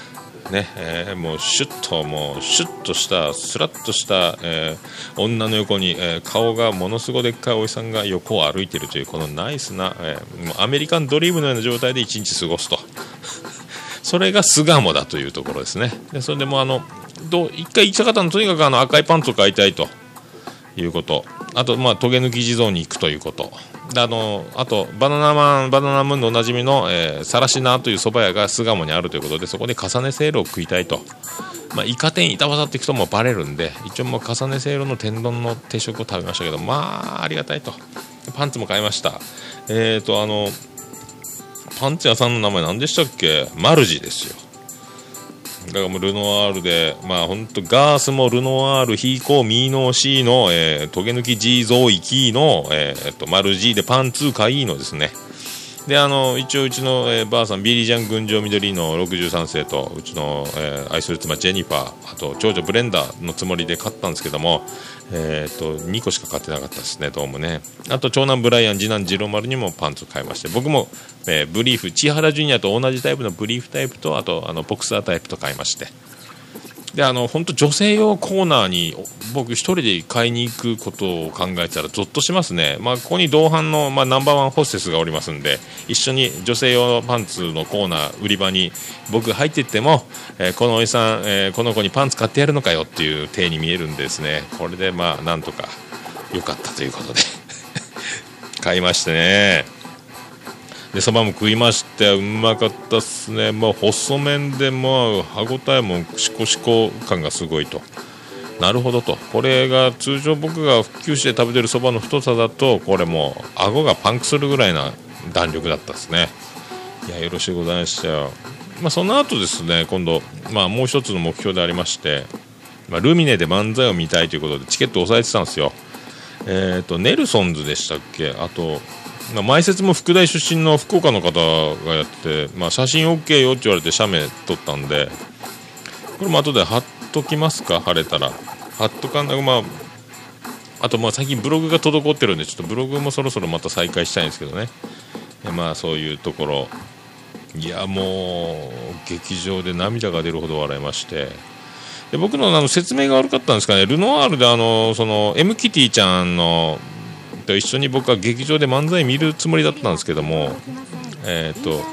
Speaker 2: ね、えー、もうシュッともうシュッとしたスラッとした、えー、女の横に、えー、顔がものすごいでっかいおじさんが横を歩いているというこのナイスな、えー、もうアメリカンドリームのような状態で一日過ごすとそれが巣鴨だというところですね。でそれでもあのどう一回行きたかったのとにかくあの赤いパンツを買いたいということ、あとまあトゲ抜き地蔵に行くということ、であのあとバナナマンバナナムーンのおなじみの、えー、サラシナという蕎麦屋が巣鴨にあるということで、そこで重ねせいろを食いたいと、まあ、イカ天板渡っていくともうバレるんで、一応もう重ねせいろの天丼の定食を食べましたけど、まあありがたいと。パンツも買いました。えーとあのパンツ屋さんの名前何でしたっけ、マルジですよ。だからもうルノワールで、まあ本当ガースもルノワール、ヒーコー、ミーノーシーの、えー、トゲ抜きジーゾーイキーの、えー、っと、マルジーでパンツ買いのですね。で、あの、一応うちの、えー、ばあさん、ビリージャン群青緑のろくじゅうさんせいと、うちの、えー、愛する妻ジェニファー、あと長女ブレンダーのつもりで買ったんですけども、えー、っと、にこしか買ってなかったですね、どうもね。あと長男ブライアン、次男ジロマルにもパンツ買いまして、僕も、えー、ブリーフ、千原ジュニアと同じタイプのブリーフタイプと、あとあのボクサータイプと買いまして、であの本当女性用コーナーに僕一人で買いに行くことを考えたらゾッとしますね。まあ、ここに同伴の、まあ、ナンバーワンホステスがおりますんで、一緒に女性用パンツのコーナー売り場に僕入っていっても、えー、このおじさん、えー、この子にパンツ買ってやるのかよっていう体に見えるんですね。これでまあなんとか良かったということで買いましてね。でそばも食いまして、うまかったっすね。もう細麺でもう歯ごたえもシコシコ感がすごいと。なるほどと。これが通常僕が九州で食べてるそばの太さだと、これもう顎がパンクするぐらいな弾力だったですね。いやよろしゅうございましたよ。まあ、その後ですね、今度、まあ、もう一つの目標でありまして、まあ、ルミネで漫才を見たいということでチケットを押さえてたんですよ。えーとネルソンズでしたっけ、あと前説も福大出身の福岡の方がやって、まあ、写真 OK よって言われて写メ撮ったんで、これも後で貼っときますか、晴れたら貼っとかな、まあ、あとまあ最近ブログが滞ってるんで、ちょっとブログもそろそろまた再開したいんですけどね。まあそういうところ、いやもう劇場で涙が出るほど笑いまして、で僕のあの説明が悪かったんですかね。ルノワールであのその M キティちゃんのと一緒に僕は劇場で漫才見るつもりだったんですけども、えっと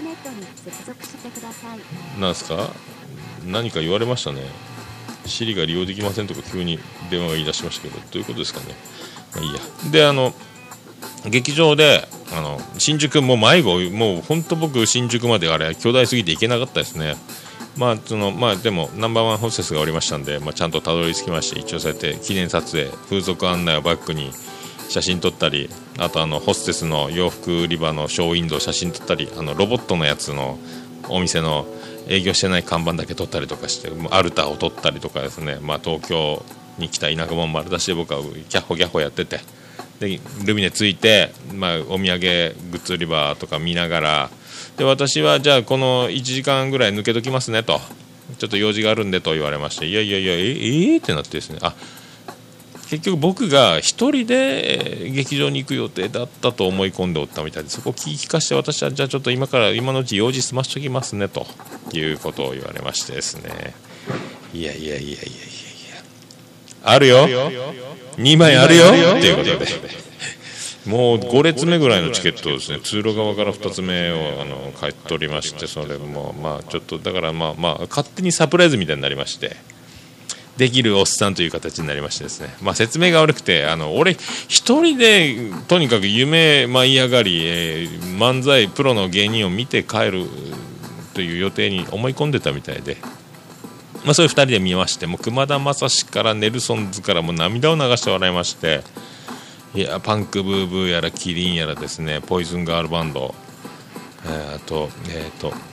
Speaker 2: なんすか、何か言われましたね。シリが利用できませんとか急に電話が言い出しましたけど、どういうことですかね。まあいいや。であの劇場であの新宿もう迷子、もう本当僕新宿まであれ巨大すぎて行けなかったですね。まあそのまあでもナンバーワンホステスがおりましたんで、まあ、ちゃんとたどり着きまして、一応そうやって記念撮影、風俗案内をバックに写真撮ったり、あとあのホステスの洋服売り場のショーウィンドウ写真撮ったり、あのロボットのやつのお店の営業してない看板だけ撮ったりとかして、アルタを撮ったりとかですね、まあ、東京に来た田舎者丸出しで僕はギャッホギャッホやってて、でルミネ着いて、まあ、お土産グッズ売り場とか見ながら、で私はじゃあこのいちじかんぐらい抜けときますねと、ちょっと用事があるんでと言われまして、いやいやいやええー、ってなってですね、あ結局僕が一人で劇場に行く予定だったと思い込んでおったみたいで、そこを聞き聞かして、私はじゃあちょっと今から今のうち用事済ましときますねということを言われましてですね、いやいやいやいやいやいやあるよにまいあるよっていうことで、もうご列目ぐらいのチケットをですね、通路側からふたつめをあの買い取りまして、それもまあちょっとだからまあまあ勝手にサプライズみたいになりまして、できるおっさんという形になりましてですね、まあ、説明が悪くて、あの俺一人でとにかく夢舞い上がり、えー、漫才プロの芸人を見て帰るという予定に思い込んでたみたいで、まあ、そういうふたりで見まして、もう熊田正史からネルソンズからもう涙を流して笑いまして、いやパンクブーブーやらキリンやらですね、ポイズンガールバンド、えー、あとえっ、ー、と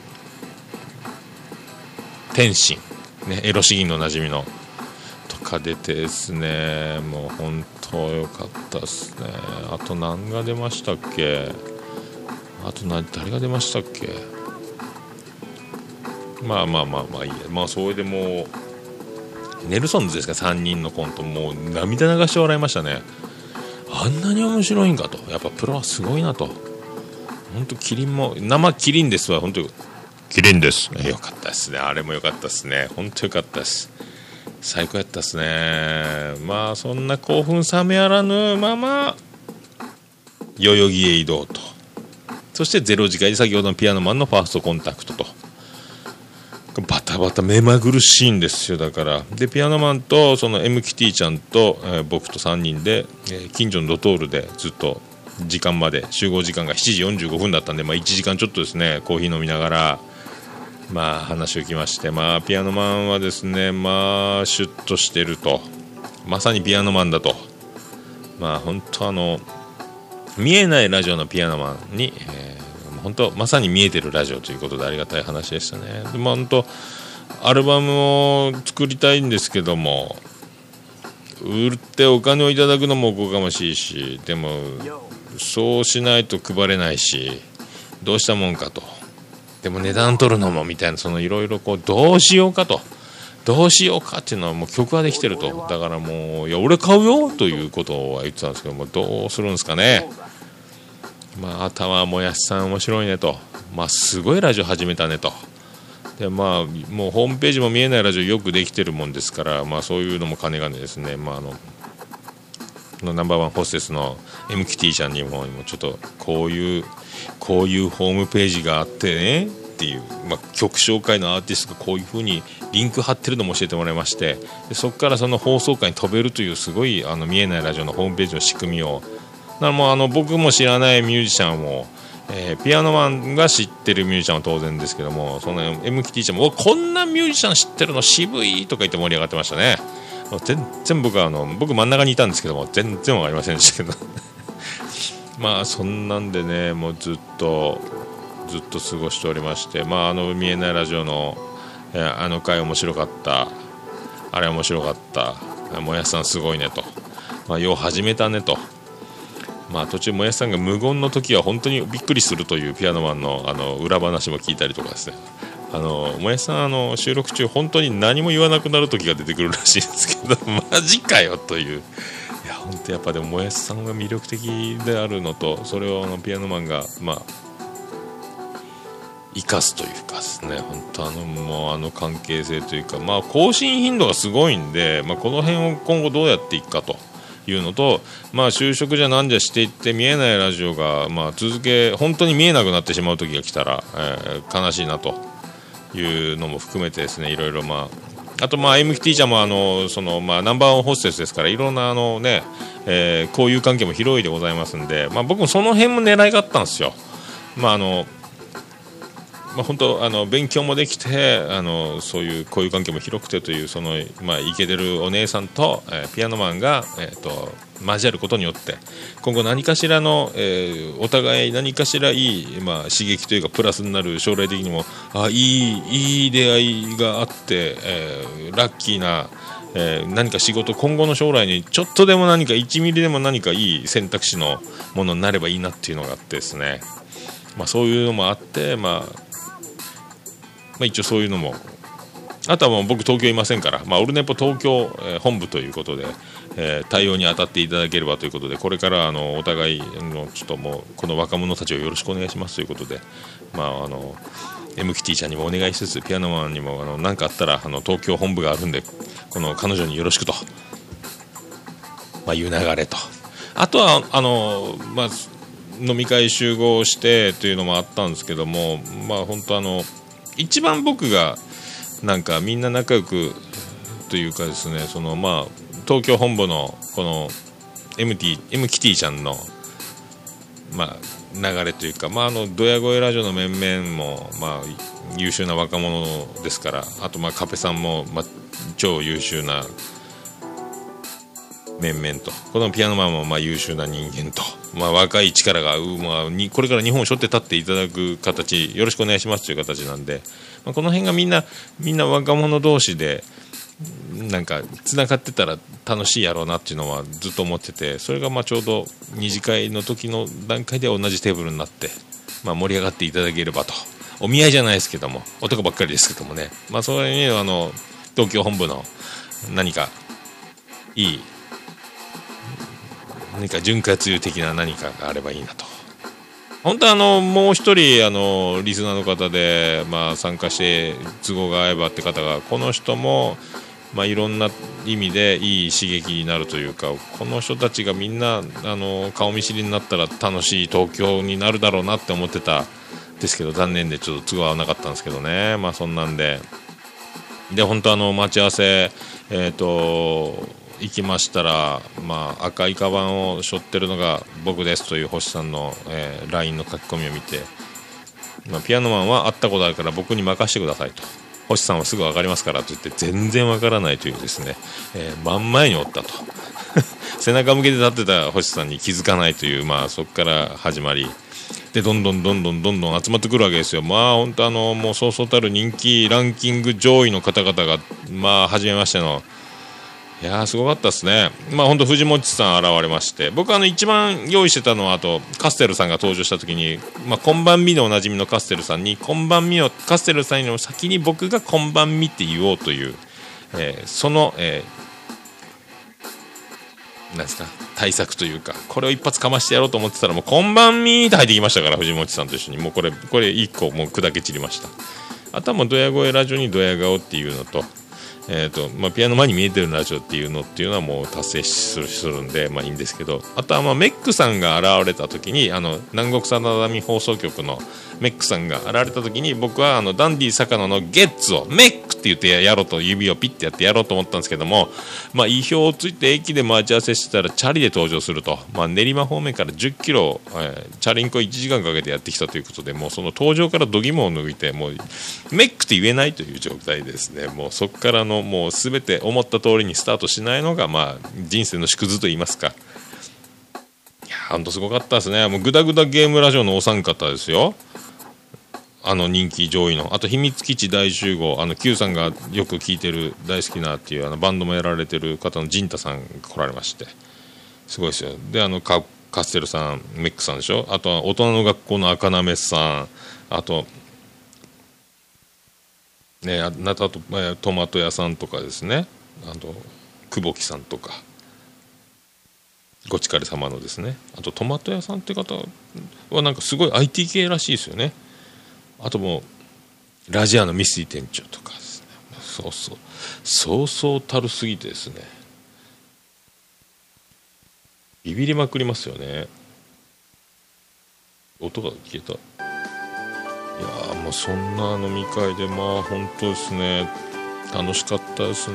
Speaker 2: 天心、ね、エロ詩吟のおなじみのが出てですね、もう本当良かったですね。あと何が出ましたっけ、あと何誰が出ましたっけ、まあまあまあまあいいや、まあそれでもうネルソンズですか、さんにんのコント、もう涙流して笑いましたね。あんなに面白いんかと、やっぱプロはすごいなと。本当キリンも生キリンですわ、本当キリンです。よかったですね。あれもよかったですね。本当よかったです。最高やったですね。まあそんな興奮冷めやらぬまま代々木へ移動と、そしてゼロ時間で先ほどのピアノマンのファーストコンタクトと、バタバタ目まぐるしいんですよ。だからでピアノマンとその エムキティ ちゃんと、えー、僕とさんにんで、えー、近所のドトールでずっと時間まで、集合時間がしちじよんじゅうごふんだったんで、まあ、いちじかんちょっとですね、コーヒー飲みながらまあ話を聞きまして、まあピアノマンはですね、まあシュッとしてると、まさにピアノマンだと、まあ本当あの見えないラジオのピアノマンに、えー、本当まさに見えてるラジオということでありがたい話でしたね。でも本当アルバムを作りたいんですけども、売ってお金をいただくのもおこがましいし、でもそうしないと配れないし、どうしたもんかと、でも値段取るのもみたいな、そのいろいろこうどうしようかとどうしようかっていうのはもう曲はできてると、だからもういや俺買うよということは言ってたんですけども、どうするんですかね。まあ頭もやしさん面白いねと、まあすごいラジオ始めたねと、でまあもうホームページも見えないラジオよくできてるもんですから、まあそういうのも金がねですね、まああののナンバーワンホステスの エムキティ ちゃんにもちょっとこういうこういうホームページがあってねっていう、まあ、曲紹介のアーティストがこういう風にリンク貼ってるのも教えてもらいまして、でそこからその放送回に飛べるというすごいあの見えないラジオのホームページの仕組みを、だからもうあの僕も知らないミュージシャンを、えー、ピアノマンが知ってるミュージシャンは当然ですけども、その エムキティ ちゃんもこんなミュージシャン知ってるの渋いとか言って盛り上がってましたね。全然僕はあの僕真ん中にいたんですけども全然わかりませんでしたけどまあそんなんでね、もうずっとずっと過ごしておりまして、まああの見えないラジオのあの回面白かった、あれ面白かった、もやしさんすごいねと、まあよう始めたねと、まあ途中もやしさんが無言の時は本当にびっくりするというピアノマンのあの裏話も聞いたりとかですね、あのもやしさんあの収録中本当に何も言わなくなる時が出てくるらしいんですけどマジかよという、いや本当やっぱでももやしさんが魅力的であるのと、それをあのピアノマンがまあ生かすというかですね、本当あのもうあの関係性というか、まあ更新頻度がすごいんで、まあ、この辺を今後どうやっていくかというのと、まあ就職じゃなんじゃしていって見えないラジオがまあ続け本当に見えなくなってしまう時が来たら、えー、悲しいなというのも含めてですね、いろいろまああとまあ エムキティ ちゃんもあのそのまあナンバーワンホステスですから、いろんなあのね、えー、交友関係も広いでございますんで、まあ僕もその辺も狙いがあったんですよ。まああのまあ、本当あの勉強もできて、あのそういう交友関係も広くてという、そのまあイケてるお姉さんと、えー、ピアノマンが、えー、と交わることによって今後何かしらの、えー、お互い何かしらいい、まあ、刺激というかプラスになる、将来的にもあいいいい出会いがあって、えー、ラッキーな、えー、何か仕事、今後の将来にちょっとでも何かいちミリでも何かいい選択肢のものになればいいなっていうのがあってですね、まあ、そういうのもあって、まあまあ、一応そういうのも、あとはもう僕東京いませんから、まあ、オルネポ東京、えー、本部ということで、えー、対応に当たっていただければということで、これからあのお互いのちょっともうこの若者たちをよろしくお願いしますということで、まああの エムキティ ちゃんにもお願いしつつ、ピアノマンにもあの何かあったらあの東京本部があるんで、この彼女によろしくと、まあ、いう流れと、あとはあの、まあ、飲み会集合してというのもあったんですけども、まあ本当あの一番僕がなんかみんな仲良くというかですね、そのまあ東京本部のこの エムキティ ちゃんのまあ流れというか、まああのドヤ声ラジオの面々もまあ優秀な若者ですから、あとまあカペさんもまあ超優秀な面々と、このピアノマンもまあ優秀な人間と、まあ、若い力が、まあ、にこれから日本を背負って立っていただく形、よろしくお願いしますという形なんで、まあ、この辺がみんなみんな若者同士でなんかつながってたら楽しいやろうなっていうのはずっと思ってて、それがまあちょうど二次会の時の段階で同じテーブルになって、まあ、盛り上がっていただければと、お見合いじゃないですけども、男ばっかりですけどもね、まあ、そういう意味ではあの東京本部の何かいい何か潤滑油的な何かがあればいいなと本当はあのもう一人あのリスナーの方で、まあ、参加して都合が合えばって方が、この人も、まあ、いろんな意味でいい刺激になるというか、この人たちがみんなあの顔見知りになったら楽しい東京になるだろうなって思ってたんですけど、残念でちょっと都合合わなかったんですけどね。まあそんなんでで本当あの待ち合わせ、えーと行きましたら、まあ、赤いカバンを背負ってるのが僕ですという星さんの、えー、ライン の書き込みを見て、まあ、ピアノマンは会ったことあるから僕に任せてくださいと、星さんはすぐ分かりますからと言って、全然分からないというですね、えー、真ん前におったと背中向けて立ってた星さんに気づかないという、まあ、そこから始まりで、どんどんどんどんどんどん集まってくるわけですよ。まあ本当あのもうそうそうたる人気ランキング上位の方々が、まあ初めましての、いやーすごかったですね。まあ本当藤本さん現れまして、僕あの一番用意してたのは、あとカステルさんが登場した時に、まあ、こんばんみでおなじみのカステルさんに、こんばんみをカステルさんよりも先に僕がこんばんみって言おうという、えー、その、えー、なんですか対策というか、これを一発かましてやろうと思ってたら、もうこんばんみーって入ってきましたから、藤本さんと一緒にもうこれこれ一個もう砕け散りました。あとはもうドヤ声ラジオにドヤ顔っていうのと、えーとまあ、ピアノ前に見えてるラジオっていうのっていうのはもう達成するするんで、まあいいんですけど、あとはまあメックさんが現れた時に、あの南国さだみ放送局のメックさんが現れた時に、僕はあのダンディ坂野のゲッツをメックって言ってやろうと、指をピッてやってやろうと思ったんですけども、まあ意表をついて駅で待ち合わせしてたらチャリで登場すると、まあ、練馬方面からじゅっキロ、えー、チャリンコいちじかんかけてやってきたということで、もうその登場から度肝を抜いて、もうメックって言えないという状態ですね。もうそこからのもう全て思った通りにスタートしないのが、まあ人生の縮図と言いますか。いや本当すごかったですね。もうグダグダゲームラジオのお三方ですよ。あの人気上位の、あと秘密基地大集合、あの Q さんがよく聴いてる大好きなっていうあのバンドもやられてる方のジンタさんが来られまして、すごいですよ。であの カ, カステルさん、メックさんでしょ。あとは大人の学校の赤なめさん、あとね、あなたと、えー、トマト屋さんとかですね、あと久保木さんとかごちかれ様のですね、あとトマト屋さんって方はなんかすごい アイティー 系らしいですよね。あともうラジアのミスティ店長とかですね、そうそうそうそうたるすぎてですね、ビビりまくりますよね。音が消えた。いやもうそんな飲み会で、まあ本当ですね、楽しかったですね。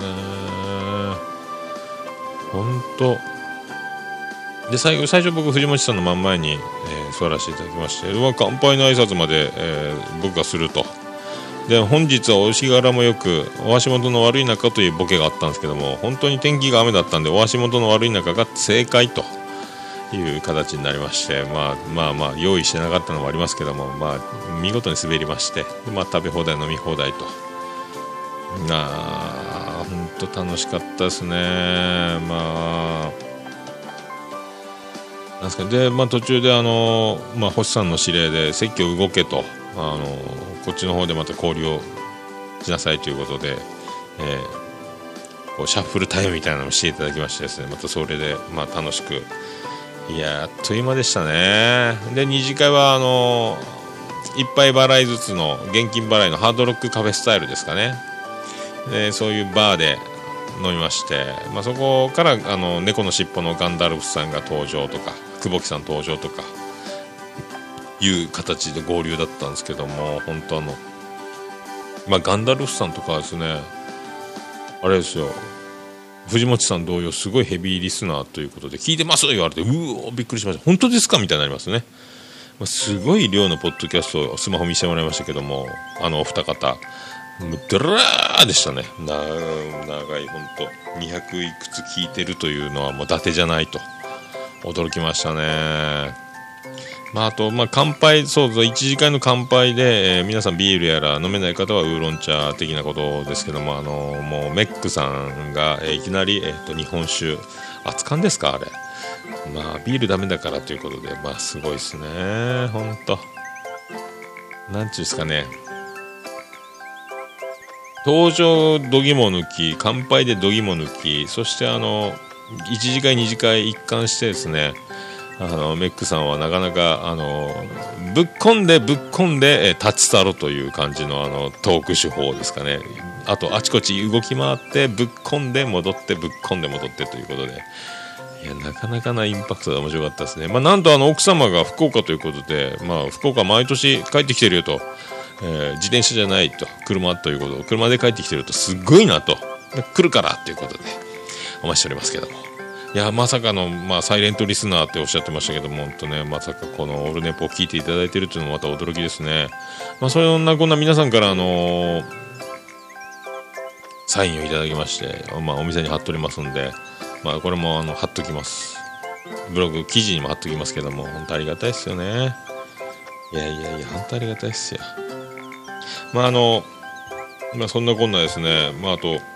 Speaker 2: 本当で、最後最初僕藤本さんの真ん前に、えー、座らせていただきまして、まあ、乾杯の挨拶まで、えー、僕がすると。で本日はお日柄もよくお足元の悪い中というボケがあったんですけども、本当に天気が雨だったんでお足元の悪い中が正解という形になりまして、まあまあまあ用意してなかったのもありますけども、まあ見事に滑りまして、まあ、食べ放題飲み放題と、あ本当楽しかったですね。まあなんですかで、まあ、途中であの、まあ、星さんの指令で席を動けと、あのこっちの方でまた交流をしなさいということで、えー、こうシャッフルタイムみたいなのをしていただきましてですね、またそれで、まあ、楽しく、いやあっという間でしたね。で二次会はあの一杯払いずつの現金払いのハードロックカフェスタイルですかね。でそういうバーで飲みまして、まあ、そこからあの猫のしっぽのガンダルフさんが登場とか久保木さん登場とかいう形で合流だったんですけども、本当あの、まあ、ガンダルフさんとかですね、あれですよ、藤本さん同様すごいヘビーリスナーということで聞いてますと言われて、うおびっくりしました。本当ですかみたいになりますね。まあ、すごい量のポッドキャストをスマホ見せてもらいましたけども、あのお二方もうドラーでしたね。な長い、本当にひゃくいくつ聞いてるというのはもう伊達じゃないと驚きましたね。まあ、あと、まあ、乾杯、そうそう、いちじかんの乾杯で、えー、皆さんビールやら飲めない方はウーロン茶的なことですけども、あのー、もうメックさんが、えー、いきなり、えー、と日本酒熱燗ですかあれ、まあビールダメだからということで、まあすごいですね。本当なんちゅうですかね、登場どぎも抜き、乾杯でどぎも抜き、そしてあのいち次会に次会一貫してですね、 あのメックさんはなかなかあのぶっこんでぶっこんで、えー、立ち去ろという感じのあのトーク手法ですかね。あとあちこち動き回ってぶっこんで戻ってぶっこんで戻ってということで、いやなかなかなインパクトで面白かったですね。まあ、なんとあの奥様が福岡ということで、まあ、福岡毎年帰ってきてるよと、えー、自転車じゃないと車ということ、車で帰ってきてるとすっごいなと、来るからということでお待ちしておりますけども、いやまさかの、まあ、サイレントリスナーっておっしゃってましたけども、本当ね、まさかこのオルネポを聞いていただいているというのもまた驚きですね。まあ、そんなこんな皆さんから、あのー、サインをいただきまして、まあ、お店に貼っておりますんで、まあ、これもあの貼っときます。ブログ記事にも貼っときますけども、本当ありがたいですよね。いやいやいや、本当ありがたいですよ。まああの、まあ、そんなこんなですね、まあ、あと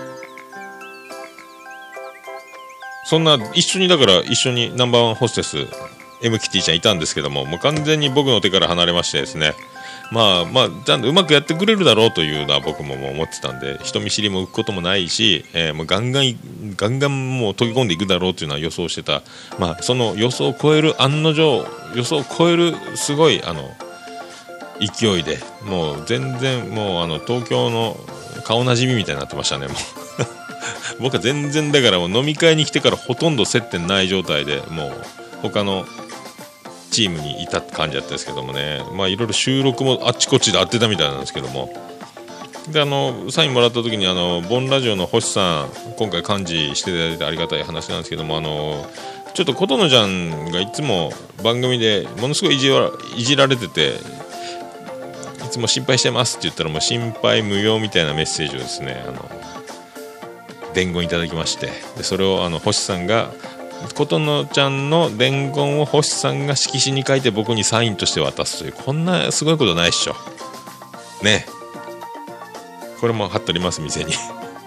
Speaker 2: そんな一緒にだから一緒にナンバーワンホステス エム キティちゃんいたんですけども、もう完全に僕の手から離れましてですね、まあまあちゃんとうまくやってくれるだろうというのは僕ももう思ってたんで、人見知りも浮くこともないし、えー、もうガンガンガンガンもう飛び込んでいくだろうというのは予想してた。まあその予想を超える案の定予想を超えるすごいあの勢いで、もう全然もうあの東京の顔なじみみたいになってましたね。もう僕は全然だからもう飲み会に来てからほとんど接点ない状態で、もう他のチームにいた感じだったんですけどもね、まあいろいろ収録もあっちこっちで会ってたみたいなんですけども、であのサインもらった時にあのボンラジオの星さん今回幹事していただいてありがたい話なんですけども、あのちょっと琴乃ちゃんがいつも番組でものすごいいじら、いじられてて、いつも心配してますって言ったらもう心配無用みたいなメッセージをですね、あの伝言いただきまして、でそれをあの星さんが琴乃ちゃんの伝言を星さんが色紙に書いて僕にサインとして渡すという、こんなすごいことないっしょね。これも貼っております店に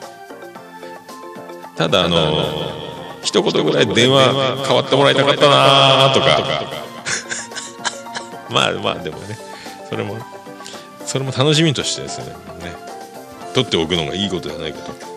Speaker 2: ただあのー、一言ぐらい電話変わってもらいたかったなとかまあまあでもね、それもそれも楽しみとしてですね、ね取っておくのがいいことじゃないかと。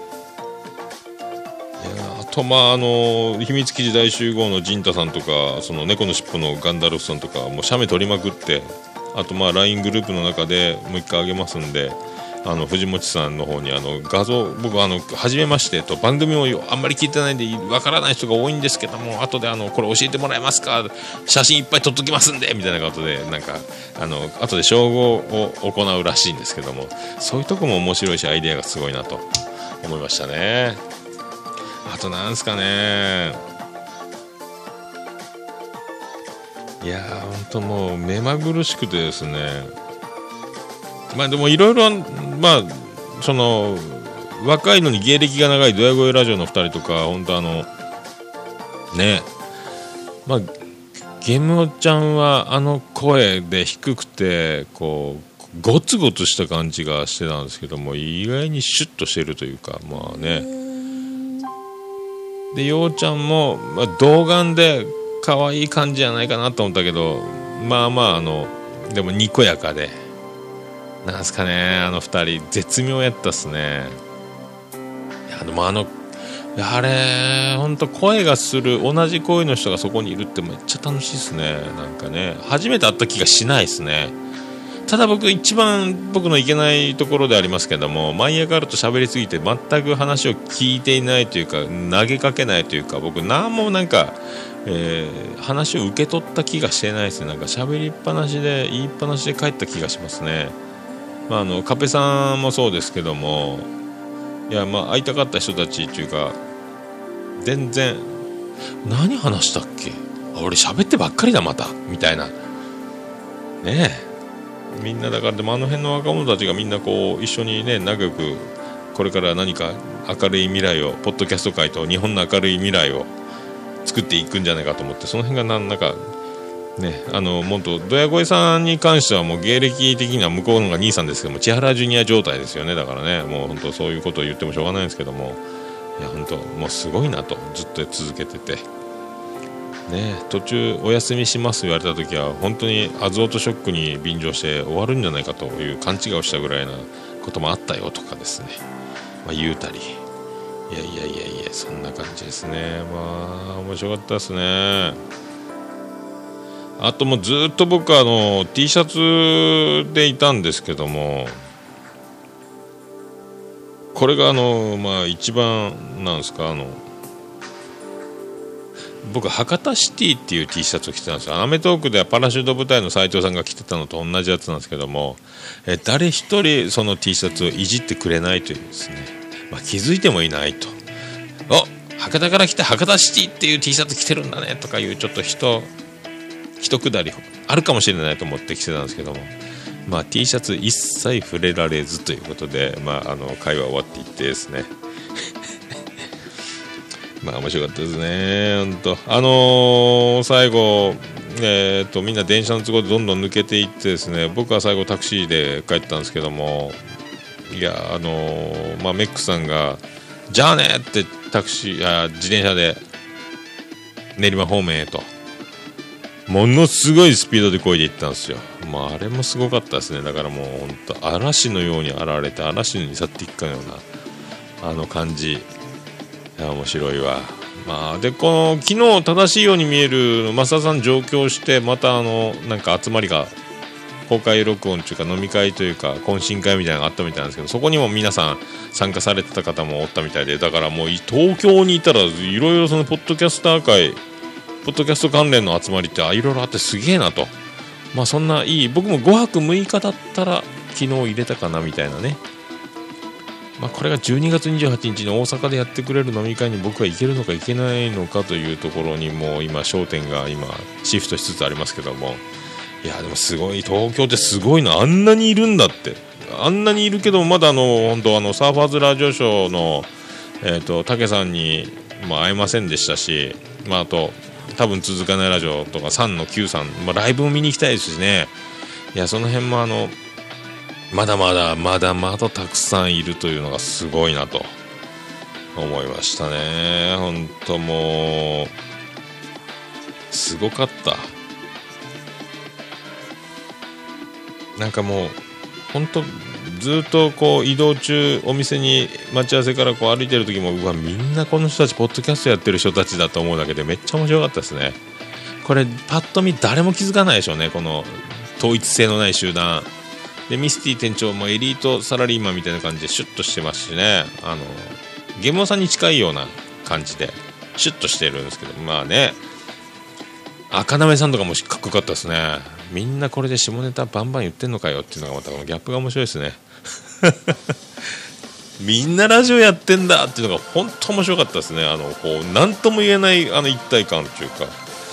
Speaker 2: あとまああの秘密基地大集合の陣太さんとか、その猫のしっぽのガンダルフさんとかもう写メ撮りまくって、あとまあ ライン グループの中でもう一回あげますんで、あの藤本さんの方にあの画像、僕あの初めましてと番組をあんまり聞いてないんでわからない人が多いんですけども、後であのこれ教えてもらえますか、写真いっぱい撮っときますんでみたいなことで、なんかあの後で照合を行うらしいんですけども、そういうとこも面白いしアイデアがすごいなと思いましたね。あとなんすかね、いやーほんともう目まぐるしくてですね、まあでもいろいろまあその若いのに芸歴が長いドヤ声ラジオのふたりとか、本当あのね、まあゲムオちゃんはあの声で低くてこうゴツゴツした感じがしてたんですけども、意外にシュッとしてるというか、まあね。でようちゃんも、まあ、童顔で可愛い感じじゃないかなと思ったけど、まあまああのでもにこやかで、なんすかね、あのふたり絶妙やったっすね。いやでもあのあれほんと声がする同じ声の人がそこにいるってめっちゃ楽しいっすね。なんかね初めて会った気がしないっすね。ただ僕一番僕のいけないところでありますけども、舞い上がると喋りすぎて全く話を聞いていないというか投げかけないというか、僕何もなんか、えー、話を受け取った気がしてないですね。なんか喋りっぱなしで言いっぱなしで帰った気がしますね。まあ、あのカペさんもそうですけども、いやまあ会いたかった人たちっていうか、全然何話したっけ、俺喋ってばっかりだまたみたいなねえ、みんなだからでもあの辺の若者たちがみんなこう一緒にね仲良くこれから何か明るい未来をポッドキャスト界と日本の明るい未来を作っていくんじゃないかと思って、その辺がなんだかね、あのもっとドヤ声さんに関してはもう芸歴的には向こうのが兄さんですけども千原ジュニア状態ですよね。だからねもう本当そういうことを言ってもしょうがないんですけども、いや本当もうすごいなとずっと続けててね、途中お休みします言われた時は本当にアズオートショックに便乗して終わるんじゃないかという勘違いをしたぐらいなこともあったよとかですね、まあ、言うたり、いやいやいやいやそんな感じですね。まあ面白かったですね。 あともうずっと僕はあの T シャツでいたんですけども、これがあのまあ一番なんですか、あの僕博多シティっていう T シャツを着てたんですよ。アメトークではパラシュート部隊の斉藤さんが着てたのと同じやつなんですけども、え誰一人その T シャツをいじってくれないというですね、まあ、気づいてもいないと、お博多から来て博多シティっていう T シャツ着てるんだねとかいうちょっと人一くだりあるかもしれないと思って着てたんですけども、まあ、T シャツ一切触れられずということで、まあ、あの会話終わっていってですねまあ面白かったですね本当。あのー、最後、えー、とみんな電車の都合でどんどん抜けていってですね、僕は最後タクシーで帰ったんですけども、いやあのー、まあメックさんがじゃあねってタクシーあ自転車で練馬方面へとものすごいスピードで漕いでいったんですよ。まああれもすごかったですね。だからもう本当嵐のように現れて嵐に去っていくかのようなあの感じ、いや面白いわ。まあでこの昨日正しいように見える増田さん上京してまたあのなんか集まりが公開録音というか飲み会というか懇親会みたいなのがあったみたいなんですけど、そこにも皆さん参加されてた方もおったみたいで、だからもう東京にいたらいろいろそのポッドキャスター会ポッドキャスト関連の集まりっていろいろあってすげえなと。まあそんないい、僕もごはくむいかだったら昨日入れたかなみたいなね。まあこれがじゅうにがつにじゅうはちにちに大阪でやってくれる飲み会に僕は行けるのか行けないのかというところにもう今焦点が今シフトしつつありますけども、いやでもすごい東京ってすごいな、あんなにいるんだって。あんなにいるけどまだあの本当あのサーファーズラジオショーのえっと竹さんにも会えませんでしたし、まああと多分続かないラジオとかさんのきゅうさん、まあ、ライブも見に行きたいですしね。いやその辺もあのまだまだまだまだたくさんいるというのがすごいなと思いましたね。本当もうすごかった。なんかもう本当ずっとこう移動中お店に待ち合わせからこう歩いてる時もうわみんなこの人たちポッドキャストやってる人たちだと思うだけでめっちゃ面白かったですね。これパッと見誰も気づかないでしょうね、この統一性のない集団で。ミスティ店長もエリートサラリーマンみたいな感じでシュッとしてますしね、あのゲモさんに近いような感じでシュッとしてるんですけど、まあね赤なめさんとかもかっこよかったですね。みんなこれで下ネタバンバン言ってんのかよっていうのがまたこのギャップが面白いですねみんなラジオやってんだっていうのが本当面白かったですね。あのこう何とも言えないあの一体感というか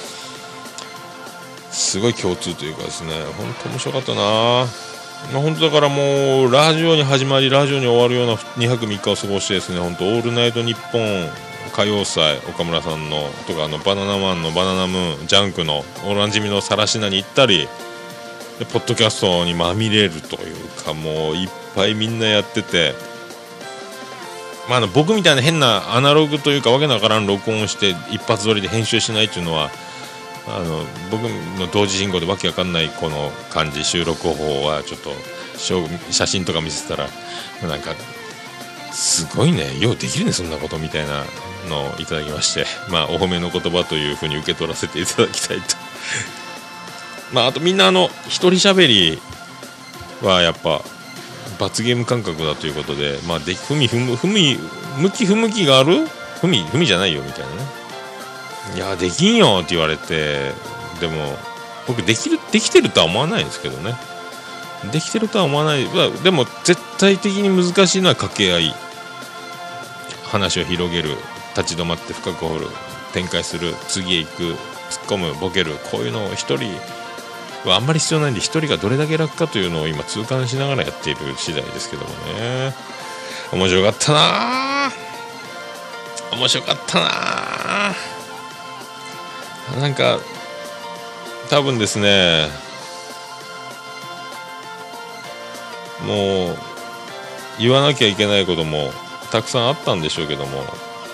Speaker 2: すごい共通というかですね、本当面白かったな。まあ、本当だからもうラジオに始まりラジオに終わるようなにはくみっかを過ごしてですね、本当オールナイトニッポン歌謡祭岡村さんのとかあのバナナマンのバナナムーンジャンクのおなじみのさらしなに行ったりでポッドキャストにまみれるというかもういっぱいみんなやってて、まあ、あの僕みたいな変なアナログというかわけのわからん録音をして一発撮りで編集しないっていうのはあの僕の同時進行でわけわかんないこの感じ収録方法はちょっと写真とか見せたらなんかすごいねようできるねそんなことみたいなのをいただきまして、まあお褒めの言葉というふうに受け取らせていただきたいとまああとみんなあの一人喋りはやっぱ罰ゲーム感覚だということで、まあでふみふむふみ向き不向きがあるふみふみじゃないよみたいなね、いやできんよって言われて、でも僕できるできてるとは思わないんですけどね、できてるとは思わない。でも絶対的に難しいのは掛け合い、話を広げる、立ち止まって深く掘る、展開する、次へ行く、突っ込む、ボケる、こういうのを一人はあんまり必要ないんで、一人がどれだけ楽かというのを今痛感しながらやっている次第ですけどもね。面白かったな面白かったななんか多分ですね、もう言わなきゃいけないこともたくさんあったんでしょうけども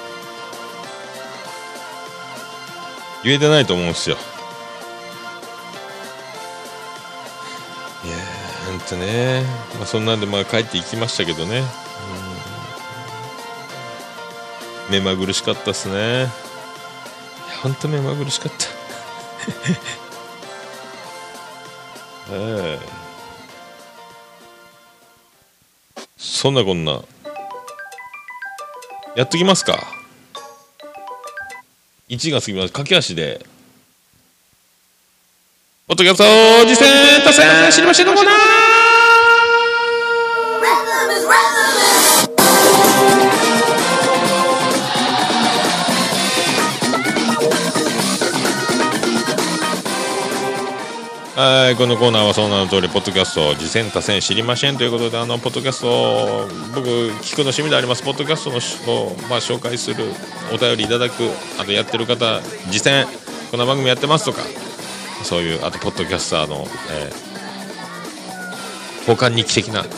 Speaker 2: 言えてないと思うんですよ。いやーほんとね、まあ、そんなんでまあ帰っていきましたけどね、うん、目まぐるしかったっすね。ほんと目まぐるしかったええそんなこんなやっときますか。いちが過ぎます。駆け足でポッドキャスト実践達成知りませんのコーナー。はい、このコーナーはその名の通りポッドキャスト実践達成知りませんということで、あのポッドキャストを僕聞くの趣味でありますポッドキャストのを、まあ、紹介する、お便りいただく、あとやってる方実践こんな番組やってますとか、そういうあとポッドキャスターの、えー、交換日記的な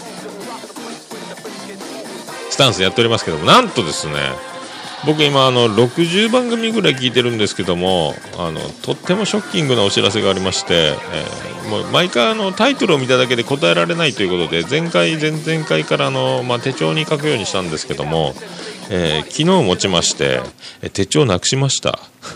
Speaker 2: スタンスやっておりますけども、なんとですね、僕今あのろくじゅうばん組ぐらい聞いてるんですけども、あのとってもショッキングなお知らせがありまして、えー、もう毎回あのタイトルを見ただけで答えられないということで、前回前々回からあの、まあ、手帳に書くようにしたんですけども、えー、昨日持ちまして、え手帳なくしました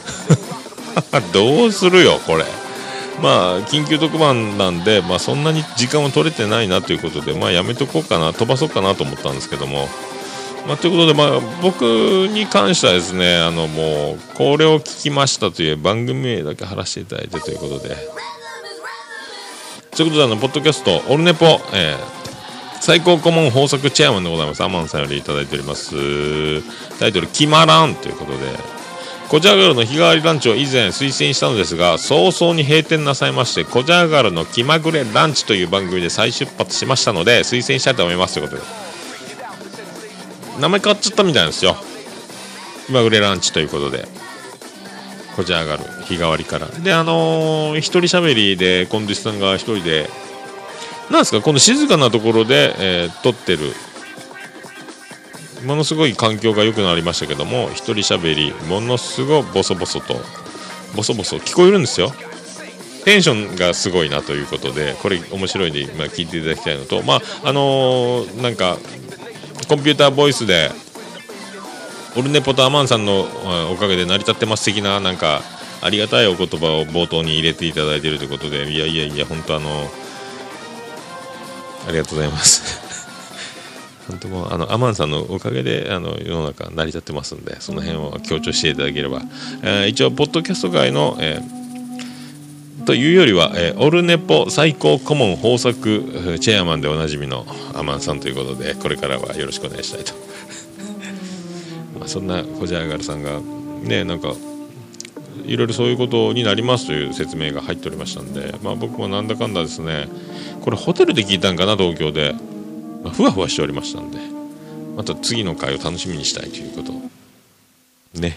Speaker 2: どうするよこれ。まあ緊急特番なんで、まあ、そんなに時間を取れてないなということで、まあ、やめとこうかな、飛ばそうかなと思ったんですけども、まあ、ということで、まあ、僕に関してはですね、あのもうこれを聞きましたという番組名だけ貼らせていただいてということで、ということであのポッドキャストオルネポ、えー、最高顧問豊作チェアマンでございます。アマンさんよりいただいております。タイトル決まらんということで、コジャガールの日替わりランチを以前推薦したのですが、早々に閉店なさいまして、コジャガールの気まぐれランチという番組で再出発しましたので推薦したいと思いますということで、名前変わっちゃったみたいなんですよ。気まぐれランチということで、こちら上がる日替わりからで、あのー、一人喋りでコンディスさんが一人でなんですか、この静かなところで、えー、撮ってるものすごい環境が良くなりましたけども、一人喋りものすごいボソボソとボソボソ聞こえるんですよ。テンションがすごいなということで、これ面白いんで、まあ、聞いていただきたいのと、まああのー、なんかコンピューターボイスでオルネポとアマンさんのおかげで成り立ってます的な、なんかありがたいお言葉を冒頭に入れていただいているということで、いやいやいや本当あのありがとうございます本当もうあのアマンさんのおかげであの世の中成り立ってますんで、その辺を強調していただければ、えー、一応ポッドキャスト界の、えー、というよりは、えー、オルネポ最高顧問豊作チェアマンでおなじみのアマンさんということで、これからはよろしくお願いしたいとまあそんなコジャーガルさんがね、なんかいろいろそういうことになりますという説明が入っておりましたんで、まあ、僕もなんだかんだですね、これホテルで聞いたんかな、東京で、まあ、ふわふわしておりましたんで、また次の回を楽しみにしたいということね。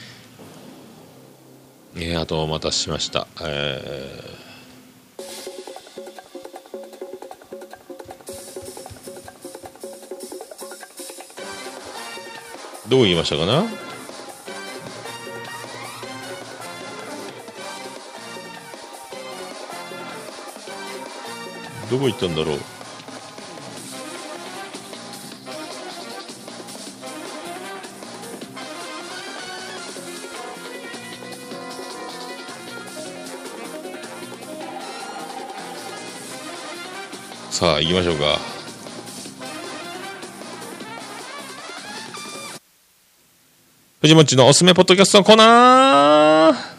Speaker 2: えー、あとお待たせしました、えー、どう言いましたかな。どこ行ったんだろう。さあ行きましょうか。藤もっちのおすすめポッドキャストのコーナー。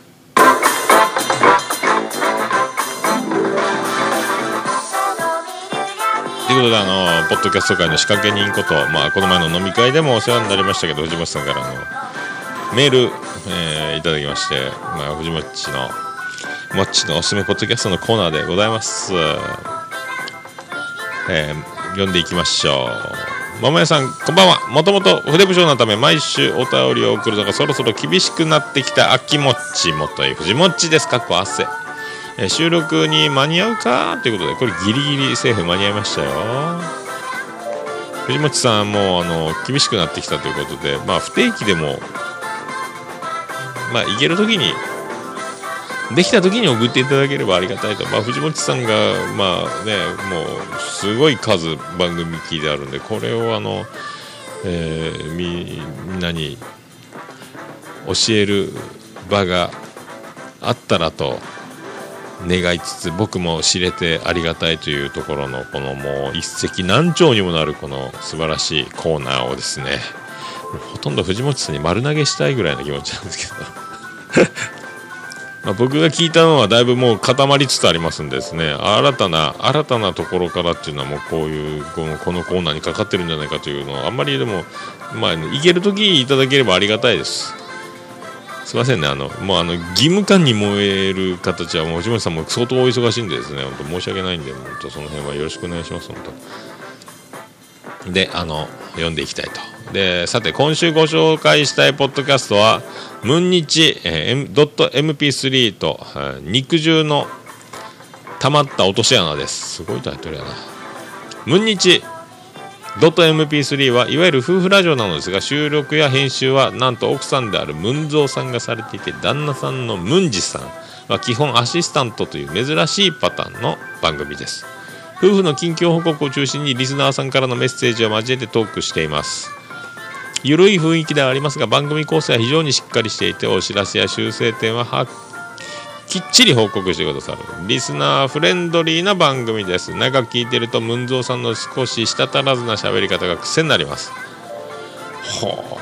Speaker 2: ということで、あのポッドキャスト界の仕掛け人こと、まあ、この前の飲み会でもお世話になりましたけど、藤本さんからのメール、えー、いただきまして、まあ、藤本のもっちのおすすめポッドキャストのコーナーでございます。えー、読んでいきましょう。桃屋さんこんばんは。もともと筆部長のため毎週お便りを送るのがそろそろ厳しくなってきた秋もっちもという藤もっちです。かっこ汗、えー、収録に間に合うかということで、これギリギリセーフ間に合いましたよ。藤もっちさんもあの厳しくなってきたということで、まあ不定期でもまあ行けるときにできた時に送っていただければありがたいと。まあ、藤本さんがまあね、もうすごい数番組聞いてあるんで、これをあの、えー、み, みんなに教える場があったらと願いつつ、僕も知れてありがたいというところのこのもう一石何鳥にもなるこの素晴らしいコーナーをですね、ほとんど藤本さんに丸投げしたいぐらいの気持ちなんですけどまあ僕が聞いたのはだいぶもう固まりつつありますんでですね、新たな新たなところからっていうのはもうこういうこの、このコーナーにかかってるんじゃないかというのはあんまりでもまあいけるときいただければありがたいです。すいませんね、あのもうあの義務感に燃える形はもう藤本さんも相当お忙しいんでですね、本当申し訳ないんで、本当その辺はよろしくお願いします。本当で、あの読んでいきたいと。で、さて今週ご紹介したいポッドキャストはムンニチ、えー、ドット エムピースリー と、えー、肉汁の溜まった落とし穴です。すごいタイトルやな。ムンニチドット エムピースリー はいわゆる夫婦ラジオなのですが、収録や編集はなんと奥さんであるムンゾーさんがされていて、旦那さんのムンジさんは基本アシスタントという珍しいパターンの番組です。夫婦の近況報告を中心にリスナーさんからのメッセージを交えてトークしています。ゆるい雰囲気ではありますが、番組構成は非常にしっかりしていて、お知らせや修正点ははきっちり報告してくださるリスナーフレンドリーな番組です。長く聞いているとムンゾーさんの少し舌足らずな喋り方が癖になります。ほ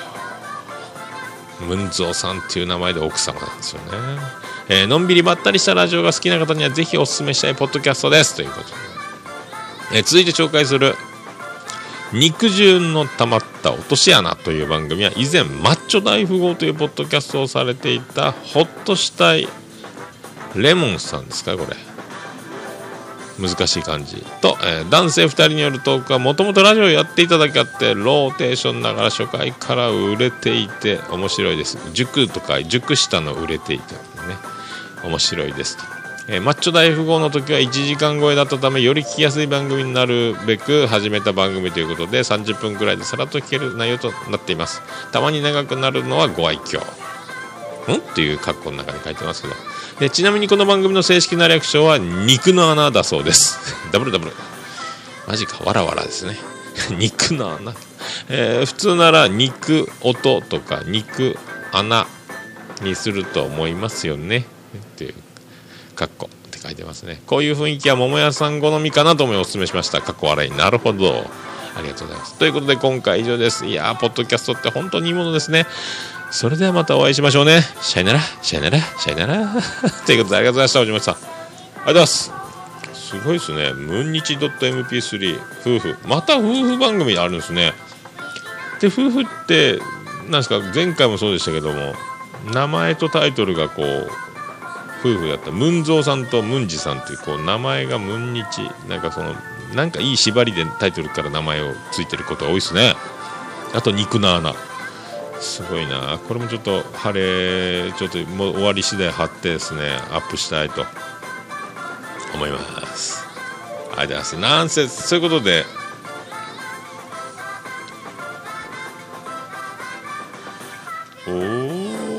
Speaker 2: う、ムンゾーさんっていう名前で奥様なんですよね。えー、のんびりばったりしたラジオが好きな方にはぜひお勧めしたいポッドキャストですということで、えー、続いて紹介する肉汁の溜まった落とし穴という番組は、以前マッチョ大富豪というポッドキャストをされていたほっとしたいレモンさんですか、これ難しい漢字と、えー、男性ふたりによるトークはもともとラジオをやっていただけあってローテーションながら初回から売れていて面白いです。塾とか塾下の売れていてね、面白いですと。えー、マッチョ大富豪の時はいちじかん超えだったため、より聞きやすい番組になるべく始めた番組ということで、さんじゅっぷんくらいでさらっと聞ける内容となっています。たまに長くなるのはご愛嬌んっていう括弧の中に書いてますけど、でちなみにこの番組の正式な略称は肉の穴だそうですダブルダブルマジか、わらわらですね肉の穴、えー、普通なら肉音とか肉穴にすると思いますよねっていう括弧って書いてますね。こういう雰囲気は桃屋さん好みかなと思いお勧めしました。括弧笑い。なるほど、ありがとうございます。ということで今回以上です。いやー、ポッドキャストって本当にいいものですね。それではまたお会いしましょうね。シャイナラシャイナラシャイナラということで、ありがとうございました。おじました。ありがとうございます。すごいですね。ムンニチ .エムピースリー 夫婦、また夫婦番組あるんですね。で夫婦ってなんですか、前回もそうでしたけども、名前とタイトルがこう夫婦だった。ムンゾーさんとムンジさんっていう、こう名前がムンニチ、なんかそのなんかいい縛りでタイトルから名前をついてることが多いですね。あと肉の穴、すごいな。これもちょっと晴れ、ちょっともう終わり次第貼ってですね、アップしたいと思います。ありがとうございます。なんせそういうことで、おー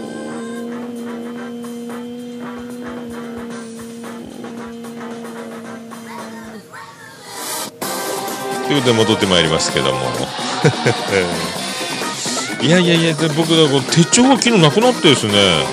Speaker 2: ということで戻ってまいりますけどもいやいやいや、で僕だから手帳が昨日なくなってですね、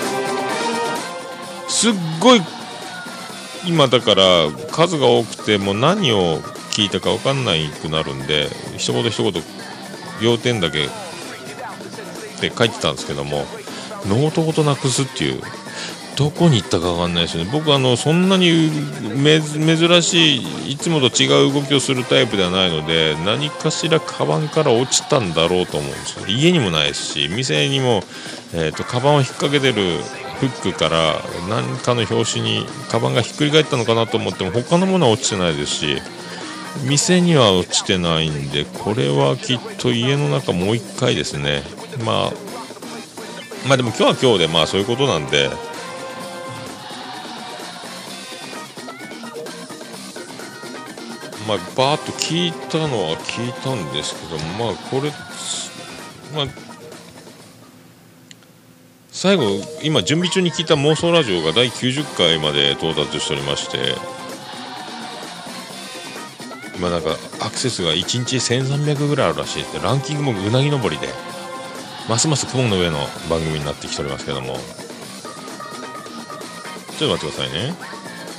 Speaker 2: すっごい今だから数が多くて、もう何を聞いたか分かんないくなるんで、一言一言要点だけって書いてたんですけども、ノートごとなくすっていう、どこに行ったか分かんないですよね。僕あのそんなにめ珍しい、いつもと違う動きをするタイプではないので、何かしらカバンから落ちたんだろうと思うんですよ。家にもないですし、店にも、えーと、カバンを引っ掛けてるフックから何かの拍子にカバンがひっくり返ったのかなと思っても、他のものは落ちてないですし、店には落ちてないんで、これはきっと家の中もう一回ですね。まあまあでも今日は今日で、まあそういうことなんで、まあ、バーッと聞いたのは聞いたんですけど、まあこれ、まあ、最後今準備中に聞いた妄想ラジオがだいきゅうじゅっかいまで到達しておりまして、今なんかアクセスがいちにちせんさんびゃくぐらいあるらしいって、ランキングもうなぎ登りで、ますます雲の上の番組になってきておりますけども、ちょっと待ってくださいね。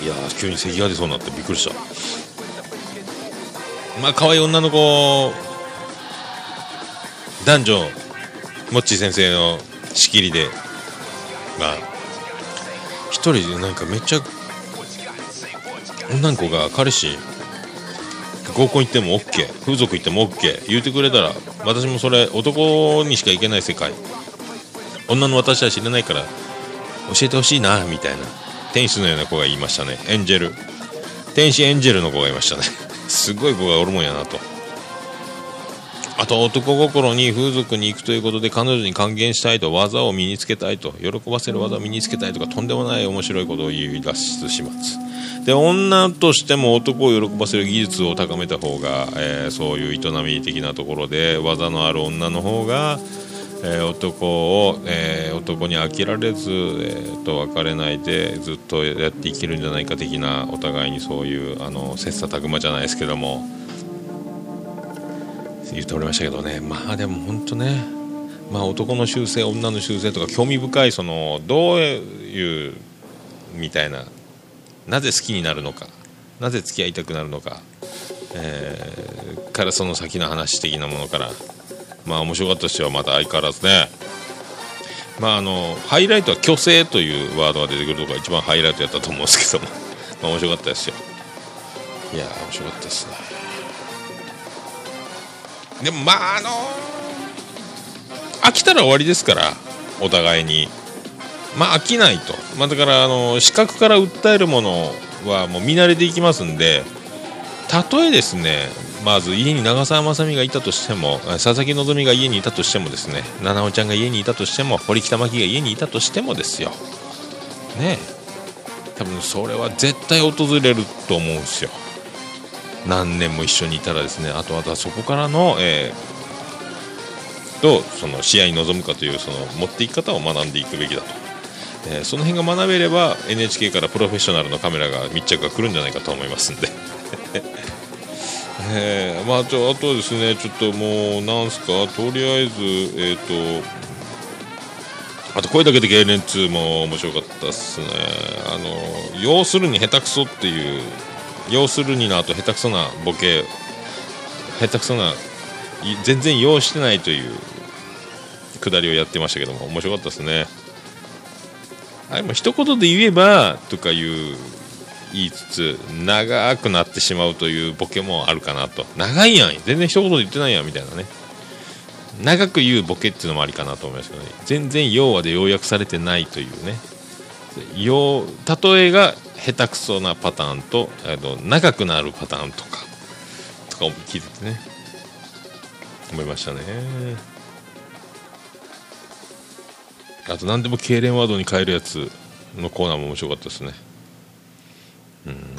Speaker 2: いやー急に咳が出そうになってびっくりした。まあ可愛い女の子男女もっちー先生の仕切りでまあ一人なんかめっちゃ女の子が彼氏合コン行っても OK 風俗行っても OK 言うてくれたら私もそれ男にしか行けない世界女の私は知らないから教えてほしいなみたいな天使のような子が言いましたね。エンジェル天使エンジェルの子がいましたね。すごい子がおるもんやなと。あと男心に風俗に行くということで彼女に還元したいと技を身につけたいと喜ばせる技を身につけたいとかとんでもない面白いことを言い出す始末で女としても男を喜ばせる技術を高めた方が、えー、そういう営み的なところで技のある女の方が、えー、男を、えー、男に飽きられず、えー、と別れないでずっとやっていけるんじゃないか的なお互いにそういうあの切磋琢磨じゃないですけども言っておりましたけどね。まあでも本当ね、まあ男の習性女の習性とか興味深いそのどういうみたいななぜ好きになるのかなぜ付き合いたくなるのか、えー、からその先の話的なものからまあ面白かったですよ。また相変わらずねまああのハイライトは虚勢というワードが出てくるところが一番ハイライトやったと思うんですけどもまあ面白かったですよ。いや面白かったですね。でもまああのー、飽きたら終わりですからお互いにまあ飽きないと、まあ、だからあの視覚から訴えるものはもう見慣れていきますんでたとえですねまず家に長澤まさみがいたとしても佐々木希が家にいたとしてもですね七尾ちゃんが家にいたとしても堀北真希が家にいたとしてもですよね多分それは絶対訪れると思うんですよ。何年も一緒にいたらですねあとはそこからの、えー、どうその試合に臨むかというその持っていき方を学んでいくべきだと、えー、その辺が学べれば エヌエイチケー からプロフェッショナルのカメラが密着が来るんじゃないかと思いますんで、えー、まあちょあとはですねちょっともうなんすかとりあえずえっ、ー、とあと声だけで痙攣ツーも面白かったっすね。あの要するに下手くそっていう要するにの後下手くそなボケ下手くそな全然要してないというくだりをやってましたけども面白かったですね。あれも一言で言えばとかいう言いつつ長くなってしまうというボケもあるかなと。長いやん全然一言で言ってないやんみたいなね長く言うボケっていうのもありかなと思いますけどね。全然要はで要約されてないというね要例えが下手くそなパターンと長くなるパターンとかとかを聞いててね思いましたね。あと何でも痙攣ワードに変えるやつのコーナーも面白かったですね。うんいや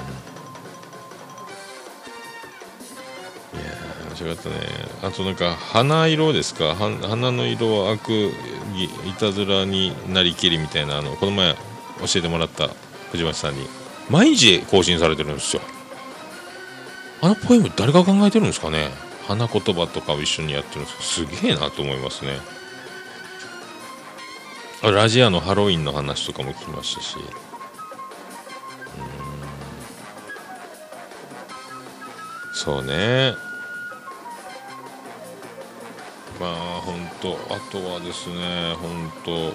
Speaker 2: 面白かったね。あとなんか花色ですか花の色は悪いたずらになりきりみたいなあのこの前教えてもらった藤町さんに毎日更新されてるんですよ。あのポエム誰が考えてるんですかね。花言葉とかを一緒にやってるんですすげえなと思いますね。ラジアのハロウィンの話とかも聞きましたしうーんそうねまあ本当あとはですね本当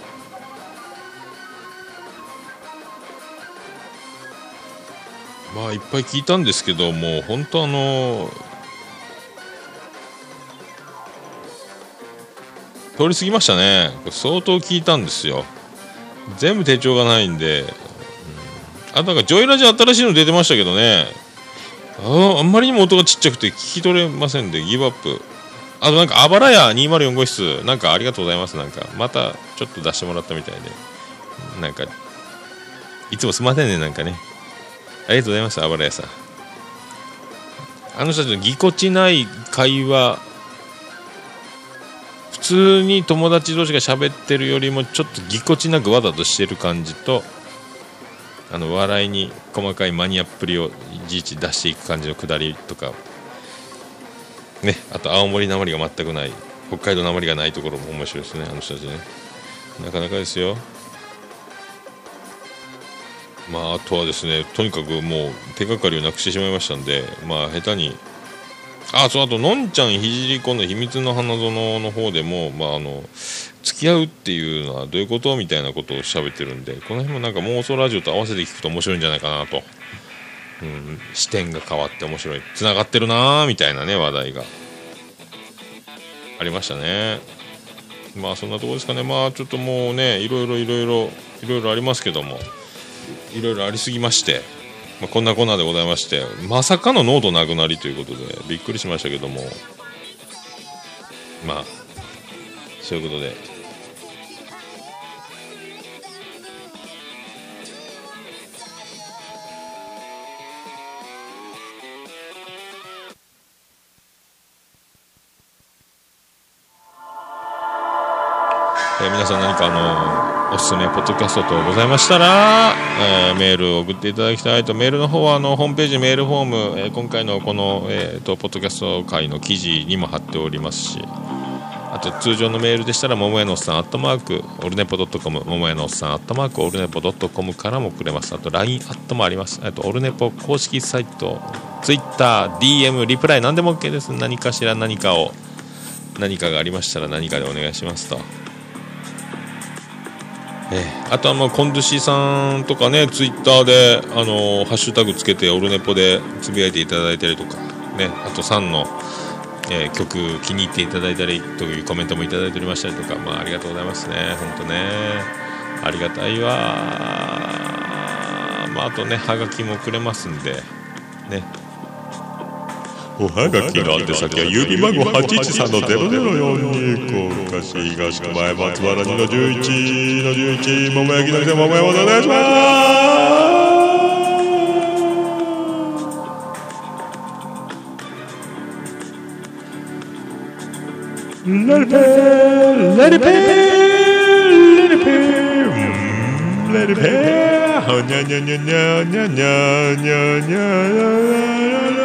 Speaker 2: まあいっぱい聞いたんですけども本当あの通り過ぎましたね。相当聞いたんですよ。全部手帳がないんで、うん、あとなんかジョイラジ新しいの出てましたけどね あ, あんまりにも音がちっちゃくて聞き取れませんでギブアップ。あとなんかあばらやにまるよん号室なんかありがとうございます。なんかまたちょっと出してもらったみたいでなんかいつもすいませんねなんかねありがとうございます。あばらやさんあの人たちのぎこちない会話普通に友達同士が喋ってるよりもちょっとぎこちなくわざとしてる感じとあの笑いに細かいマニアっぷりをいちいち出していく感じのくだりとかねあと青森なまりが全くない北海道なまりがないところも面白いですね。あの人たちねなかなかですよ。 まああとはですね、とにかくもう手がかりをなくしてしまいましたんで、まあ下手に、あ、そう、あとのんちゃんひじりこの秘密の花園の方でも、まああの付き合うっていうのはどういうことみたいなことを喋ってるんで、この辺もなんか妄想ラジオと合わせて聞くと面白いんじゃないかなと、うん、視点が変わって面白い、つながってるなーみたいなね話題がありましたね。まあそんなところですかね。まあちょっともうね、いろいろいろいろいろいろありますけども、いろいろありすぎまして、まあ、こんなこんなでございまして、まさかの濃度なくなりということでびっくりしましたけども、まあそういうことで、えー、皆さん何かあのおすすめポッドキャスト等ございましたら、えー、メールを送っていただきたいと。メールの方はあのホームページメールフォーム、えー、今回のこの、えー、とポッドキャスト会の記事にも貼っておりますし、あと通常のメールでしたらももやのおっさんアットマークオルネポドットコム、ももやのおっさんアットマークオルネポドットコムからもくれます。あと ライン アットもあります。あとオルネポ公式サイト、ツイッター、ディーエム、リプライ何でも OK です。何かしら何かを何かがありましたら何かでお願いしますと。えー、あとはもうコンドゥシーさんとかね、ツイッターで、あのー、ハッシュタグつけてオルネポでつぶやいていただいたりとかね、あとさんの、えー、曲気に入っていただいたりというコメントもいただいておりましたりとか、まあありがとうございますね、本当ねありがたいわ。まああとね、ハガキもくれますんでね。
Speaker 9: おはがきの宛先は郵便番号 はちいちさんのゼロゼロよんに 福岡市東区前松原にのじゅういちのじゅういち、桃焼きの店桃山でお願いします。レレペーレレペーレレペーレレペーほにゃにゃにゃにゃにゃにゃにゃにゃ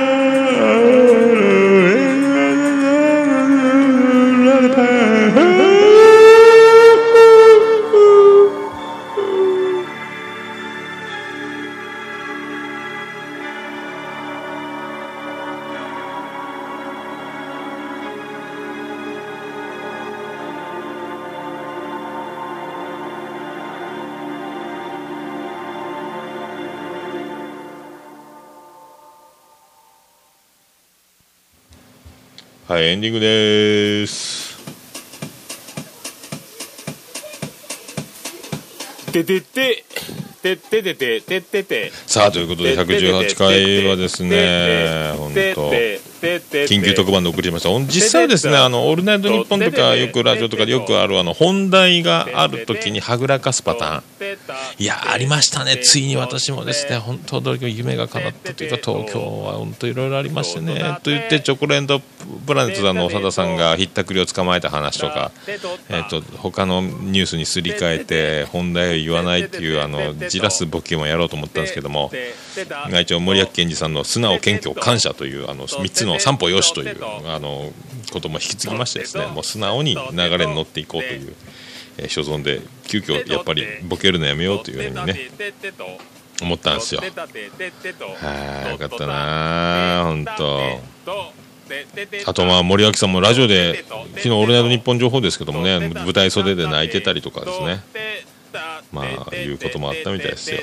Speaker 9: はい、エンディングでーす。
Speaker 6: てててててててててて。
Speaker 2: さあということでひゃくじゅうはちかいはですね、本当緊急特番で送りました。実際はですね、あのオールナイトニッポンとかよくラジオとかでよくあるあの本題があるときにはぐらかすパターン、いやありましたね。ついに私もですね、本当驚きの夢が叶ったというか、東京は本当いろいろありましてね、と言ってチョコレートプラネットさんの長田さんがひったくりを捕まえた話とか、えー、と他のニュースにすり替えて本題を言わないっていうあのじらすボケもやろうと思ったんですけども、一応森脇健児さんの素直謙虚感謝というあのみっつの三歩よしというあのことも引き継ぎましてですね、もう素直に流れに乗っていこうという、えー、所存で急遽やっぱりボケるのやめようというふうにね思ったんですよ。はあ、よかったな本当。あとまあ森脇さんもラジオで昨日オールナイトニッポン情報ですけどもね、舞台袖で泣いてたりとかですね、まあいうこともあったみたいですよ。い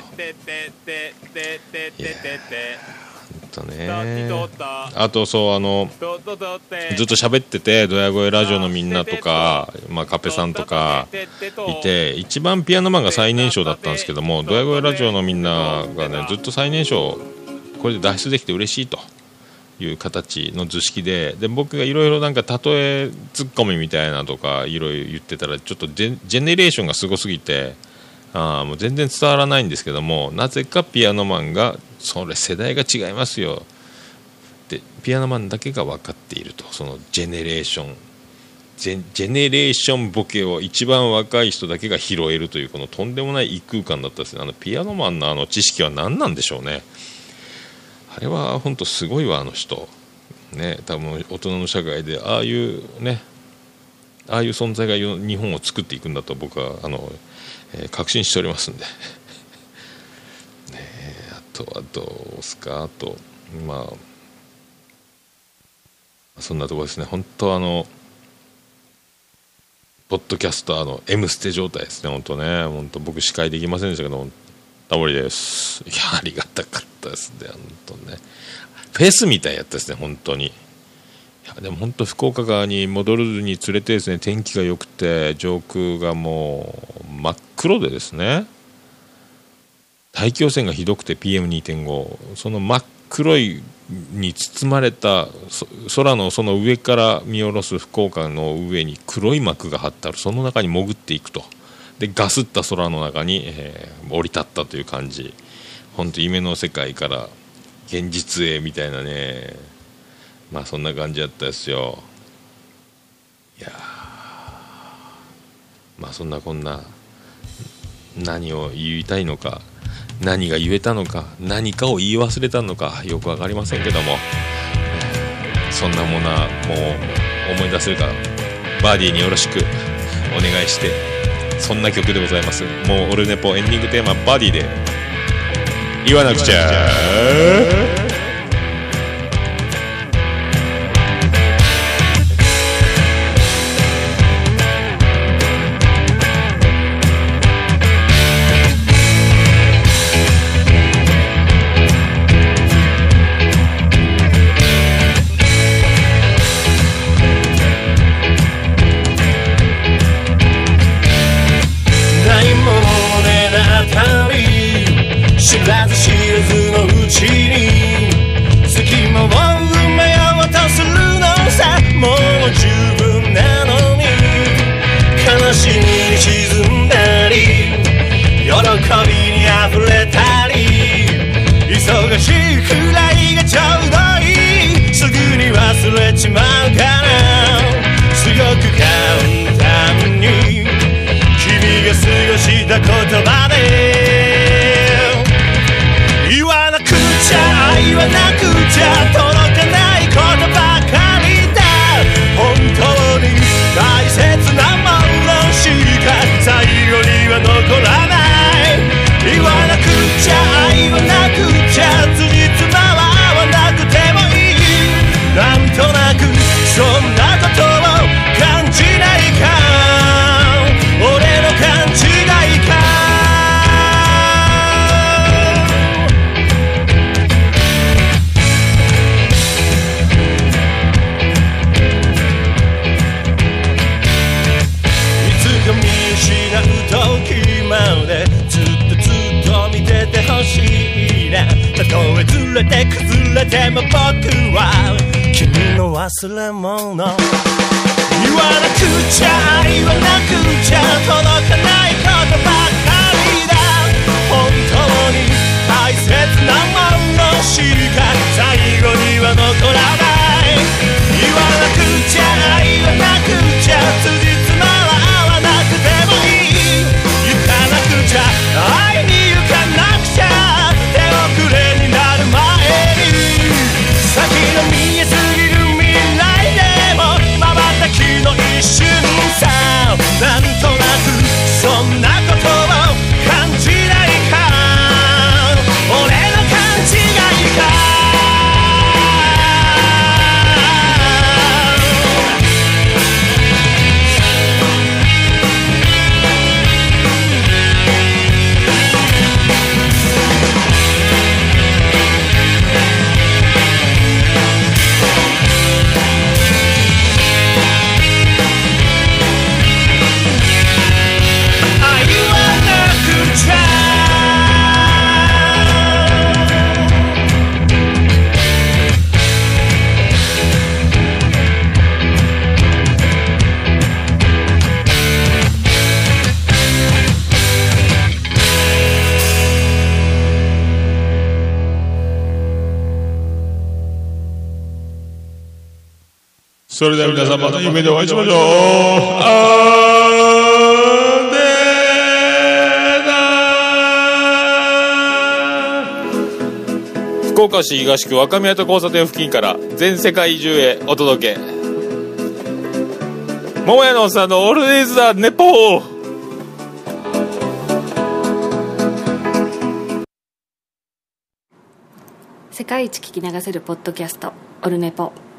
Speaker 2: やほんとね。あとそうあのずっと喋っててドヤ声ラジオのみんなとか、まあ、カペさんとかいて、一番ピアノマンが最年少だったんですけども、ドヤ声ラジオのみんながねずっと最年少これで脱出できて嬉しいという形の図式で、で僕がいろいろなんか例えツッコミみたいなとかいろいろ言ってたら、ちょっとジェ、ジェネレーションがすごすぎてあもう全然伝わらないんですけども、なぜかピアノマンがそれ世代が違いますよでピアノマンだけが分かっていると、そのジェネレーションジェ、ジェネレーションボケを一番若い人だけが拾えるというこのとんでもない異空間だったですね。あのピアノマンのあの知識は何なんでしょうね。あれは本当すごいわ、あの人ね。多分大人の社会でああいうねああいう存在が日本を作っていくんだと僕はあの、えー、確信しておりますんでとはどうすか。あとまあそんなところですね。本当あのポッドキャスターの M ステ状態ですね。本当ね、本当僕司会できませんでしたけど、タモリです。いやありがたかったですね。本当ね、フェスみたいやったですね本当に。いやでも本当福岡側に戻るにつれてですね、天気が良くて上空がもう真っ黒でですね、大気汚染がひどくて ピーエムにてんご、 その真っ黒いに包まれた空のその上から見下ろす福岡の上に黒い幕が張ってある、その中に潜っていくと、でガスった空の中に、えー、降り立ったという感じ。本当夢の世界から現実へみたいなね、まあそんな感じだったですよ。いやまあそんなこんな、何を言いたいのか、何が言えたのか、何かを言い忘れたのかよく分かりませんけども、そんなものはもう思い出せるかバーディーによろしくお願いして、そんな曲でございます。もうオルネポエンディングテーマバーディーで言わなくちゃ
Speaker 10: 知らず知らずのうちに隙間を埋めようとするのさ。もう十分なのに悲しみに沈んだり喜びに溢れたり、忙しいくらいがちょうどいい。すぐに忘れちまうから強く簡単に君が過ごした言葉で言わなくちゃ言わなくちゃ届かないことばかりだ。本当に大切なものしか最後には残らない。言わなくちゃ言わなくちゃつじつまは合わなくてもいい。なんとなくそんなことを感じないか、俺の勘違いか。時までずっとずっと見ててほしいな。たとえずれて崩れても僕は君の忘れ物。言わなくちゃ言わなくちゃ届かないことばかりだ。本当に大切なものしか最後には残らない。言わなくちゃ言わなくちゃ辻褄は合わなくてもいい。行かなくちゃ会いに行かなくちゃ手遅れになる前に、先の見えすぎる未来でも瞬きの一瞬さ。なんとなくそんなことを感じないか、俺の勘違いか。
Speaker 9: それでは皆さんまた夢でお会いしましょう。あーでーな。
Speaker 7: 福岡市東区若宮と交差点付近から全世界中へお届け、桃屋のおっさんのオールディーズ・ザ・ネポー。
Speaker 8: 世界一聞き流せるポッドキャストオルネポ。